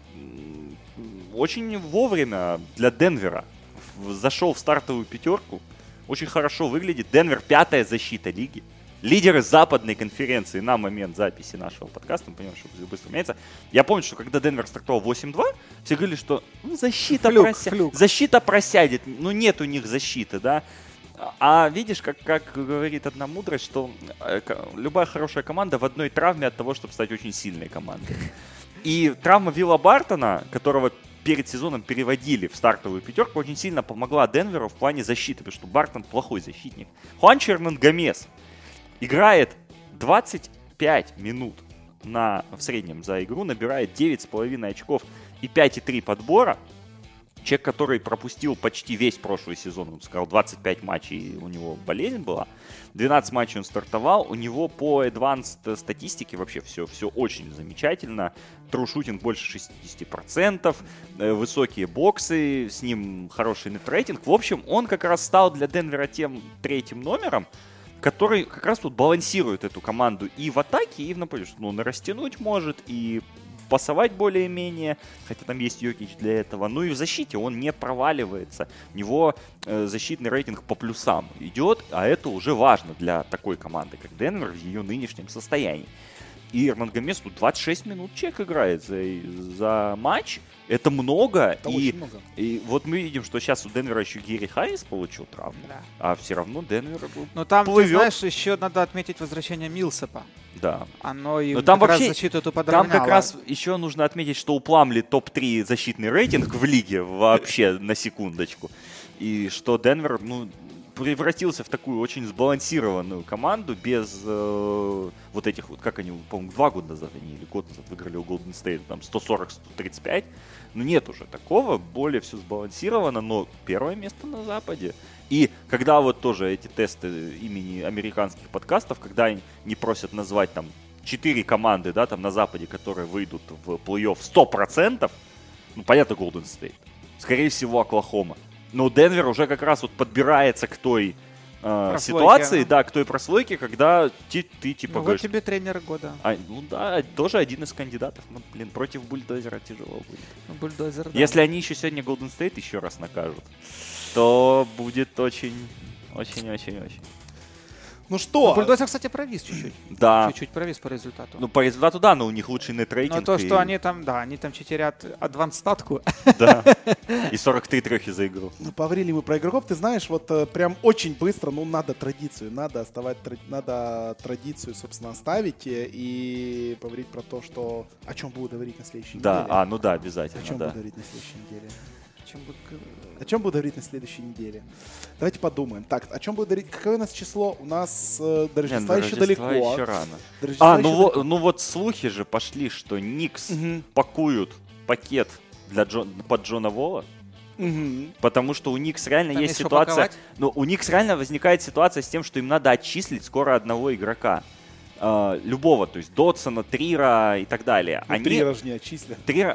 очень вовремя для Денвера зашел в стартовую пятерку, очень хорошо выглядит. Денвер 5-я защита лиги. Лидеры западной конференции на момент записи нашего подкаста. Мы понимаем, что быстро меняется. Я помню, что когда Денвер стартовал 8-2, все говорили, что защита просядет. Ну, нет у них защиты, да. А видишь, как говорит одна мудрость, что любая хорошая команда в одной травме от того, чтобы стать очень сильной командой. И травма Вилла Бартона, которого перед сезоном переводили в стартовую пятерку, очень сильно помогла Денверу в плане защиты, потому что Бартон плохой защитник. Хуанчо Эрнангомес играет 25 минут в среднем за игру, набирает 9,5 очков и 5,3 подбора. Человек, который пропустил почти весь прошлый сезон, он сказал, 25 матчей, у него болезнь была. 12 матчей он стартовал, у него по advanced статистике вообще все очень замечательно. Трушутинг больше 60%, высокие боксы, с ним хороший нетрейтинг. В общем, он как раз стал для Денвера тем третьим номером, который как раз тут балансирует эту команду и в атаке, и в нападении. Ну, он растянуть может, и пасовать более-менее, хотя там есть Йокич для этого. Ну и в защите он не проваливается. У него защитный рейтинг по плюсам идет, а это уже важно для такой команды, как Денвер, в ее нынешнем состоянии. И Эрнангомес тут 26 минут человек играет за матч. Это много. Это очень много. И вот мы видим, что сейчас у Денвера еще Герри Харрис получил травму. Да. А все равно Денвер Но там, плывет. Ты знаешь, еще надо отметить возвращение Милсапа. Да. Оно и там как вообще, раз защиту эту подровняло. Там как раз еще нужно отметить, что у Пламли топ-3 защитный рейтинг в лиге вообще на секундочку. И что Денвер, превратился в такую очень сбалансированную команду без вот этих вот, как они, по-моему, 2 года назад или год назад выиграли у Golden State, там 140-135. Нет уже такого, более все сбалансировано, но первое место на Западе. И когда вот тоже эти тесты имени американских подкастов, когда они не просят назвать там 4 команды, да, там на Западе, которые выйдут в плей-офф 100%, понятно, Golden State. Скорее всего, Оклахома. Но Денвер уже как раз вот подбирается к той ситуации, да, к той прослойке, когда ты типа говоришь... Вот тебе тренер года. Тоже один из кандидатов. Против Бульдозера тяжело будет. Бульдозер, да. Если они еще сегодня Golden State еще раз накажут, то будет очень. Ну что? Бульдозер, кстати, провис чуть-чуть. Да. Чуть-чуть провис по результату. Ну, по результату, да, но у них лучший нет-рейтинг. Но то, что они там читерят адванс-статку. Да. И 43 трехи за игру. Ну, поговорили мы про игроков. Ты знаешь, вот прям очень быстро, надо традицию. Надо традицию, собственно, оставить и поговорить про то, что... О чем буду говорить на следующей неделе. Да, ну да, обязательно, О чем да. буду говорить на следующей неделе? О чем буду говорить на следующей неделе? Давайте подумаем. Так, о чем буду говорить? Какое у нас число? У нас до Рождества еще далеко. еще рано. До Рождества еще далеко. Ну вот слухи же пошли, что Никс пакуют пакет под Джона Волла. Потому что у Никс реально Там есть есть ситуация. паковать? Ну, у Никс реально возникает ситуация с тем, что им надо отчислить скоро одного игрока. Любого, то есть Дотсона, Трира и так далее. Трира же не отчислят.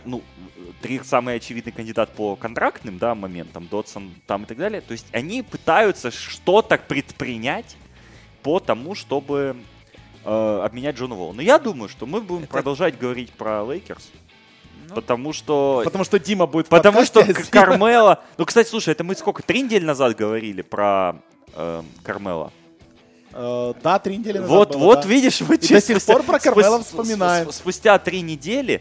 Трир самый очевидный кандидат по контрактным, да, моментам, Дотсон там и так далее. То есть они пытаются что-то предпринять по тому, чтобы обменять Джона Волла. Но я думаю, что мы будем продолжать говорить про Лейкерс. Потому что Дима будет в Потому что подкасте, Кармело... Ну, кстати, слушай, это мы сколько? 3 недели назад говорили про Кармело? Да, 3 недели назад Вот, да. видишь, мы до сих пор про Кармело вспоминаем. Спустя 3 недели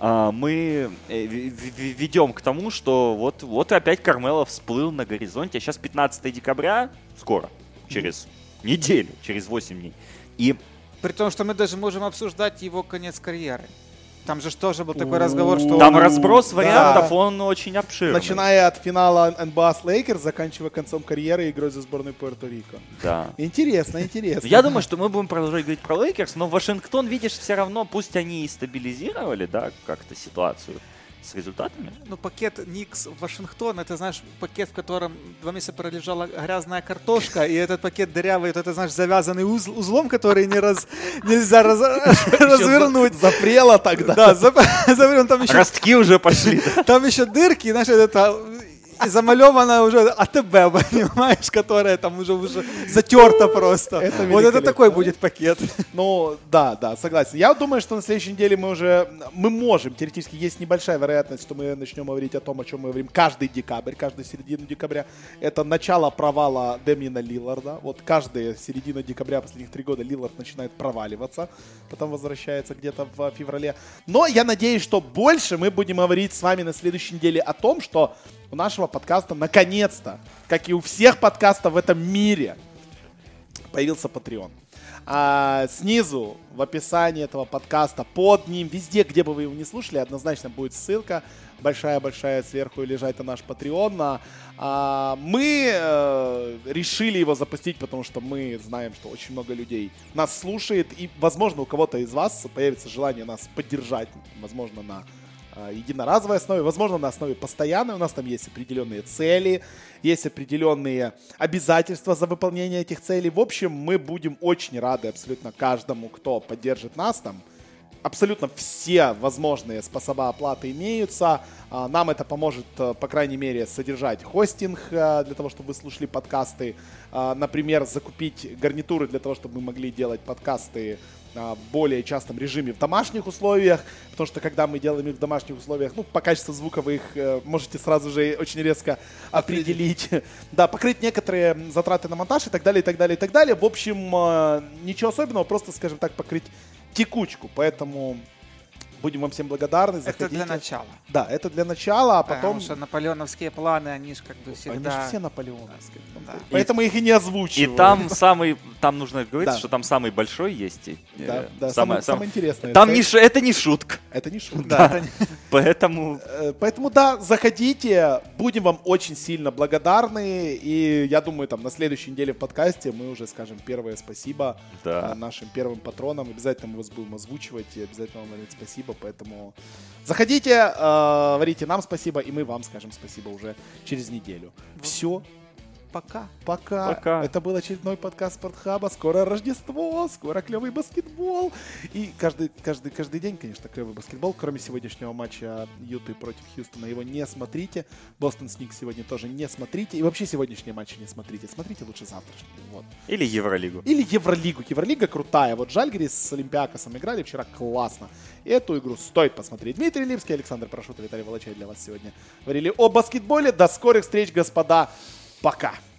мы ведем к тому, что вот опять Кармело всплыл на горизонте. А сейчас 15 декабря, скоро, через неделю, через 8 дней. И При том, что мы даже можем обсуждать его конец карьеры. Там же тоже был такой разговор, что... Там разброс вариантов, он очень обширный. Начиная от финала НБА с Лейкерс, заканчивая концом карьеры и игрой за сборную Пуэрто-Рико. Да. Интересно. Я думаю, что мы будем продолжать говорить про Лейкерс, но Вашингтон, видишь, все равно, пусть они и стабилизировали, да, как-то ситуацию с результатами. Ну, пакет Никс в Вашингтон, это, знаешь, пакет, в котором 2 месяца пролежала грязная картошка, и этот пакет дырявый, это, знаешь, завязанный узлом, который нельзя развернуть. Запрело тогда. Да, запрел. Там еще... Ростки уже пошли, да? Там еще дырки, знаешь, это... И замалевана уже АТБ, понимаешь, которая там уже затерта просто. Вот это такой будет пакет. Ну, да, согласен. Я думаю, что на следующей неделе мы можем, теоретически есть небольшая вероятность, что мы начнем говорить о том, о чем мы говорим каждый декабрь, каждую середину декабря. Это начало провала Дэмиена Лилларда. Вот каждая середина декабря последних 3 года Лиллард начинает проваливаться, потом возвращается где-то в феврале. Но я надеюсь, что больше мы будем говорить с вами на следующей неделе о том, что у нашего подкаста наконец-то, как и у всех подкастов в этом мире, появился Patreon. Снизу в описании этого подкаста, под ним, везде, где бы вы его не слушали, однозначно будет ссылка большая-большая сверху лежать на наш Patreon. Мы решили его запустить, потому что мы знаем, что очень много людей нас слушает, и, возможно, у кого-то из вас появится желание нас поддержать, возможно, на единоразовой основе, возможно, на основе постоянной. У нас там есть определенные цели, есть определенные обязательства за выполнение этих целей. В общем, мы будем очень рады абсолютно каждому, кто поддержит нас там. Абсолютно все возможные способы оплаты имеются. Нам это поможет, по крайней мере, содержать хостинг для того, чтобы вы слушали подкасты. Например, закупить гарнитуры для того, чтобы мы могли делать подкасты в более частом режиме в домашних условиях, потому что когда мы делаем их в домашних условиях, по качеству звука вы их можете сразу же очень резко определить. Да, покрыть некоторые затраты на монтаж и так далее, и так далее, и так далее. В общем, ничего особенного, просто, скажем так, покрыть текучку, поэтому будем вам всем благодарны. Заходите. Это для начала. Да, это для начала, а потом... Потому что наполеоновские планы, они же как бы всегда... Они же все наполеоновские. Да. Поэтому их и не озвучиваю. И там нужно говорить, Да. что там самый большой есть. Да, самое интересное. Там это не шутка. Это не шутка. Да. Поэтому да, заходите, будем вам очень сильно благодарны, и я думаю, там на следующей неделе в подкасте мы уже скажем первое спасибо нашим первым патронам, обязательно мы вас будем озвучивать, и обязательно вам говорить спасибо, поэтому заходите, говорите нам спасибо, и мы вам скажем спасибо уже через неделю. Все. Пока. Это был очередной подкаст Спортхаба. Скоро Рождество, скоро клевый баскетбол. И каждый день, конечно, клевый баскетбол. Кроме сегодняшнего матча Юты против Хьюстона, его не смотрите. Бостон Сникс сегодня тоже не смотрите. И вообще сегодняшние матчи не смотрите. Смотрите лучше завтрашний. Вот. Или Евролигу. Евролига крутая. Вот Жальгирис с Олимпиакосом играли вчера классно. И эту игру стоит посмотреть. Дмитрий Липский, Александр Парашютов, Виталий Волочай для вас сегодня говорили о баскетболе. До скорых встреч, господа. Пока.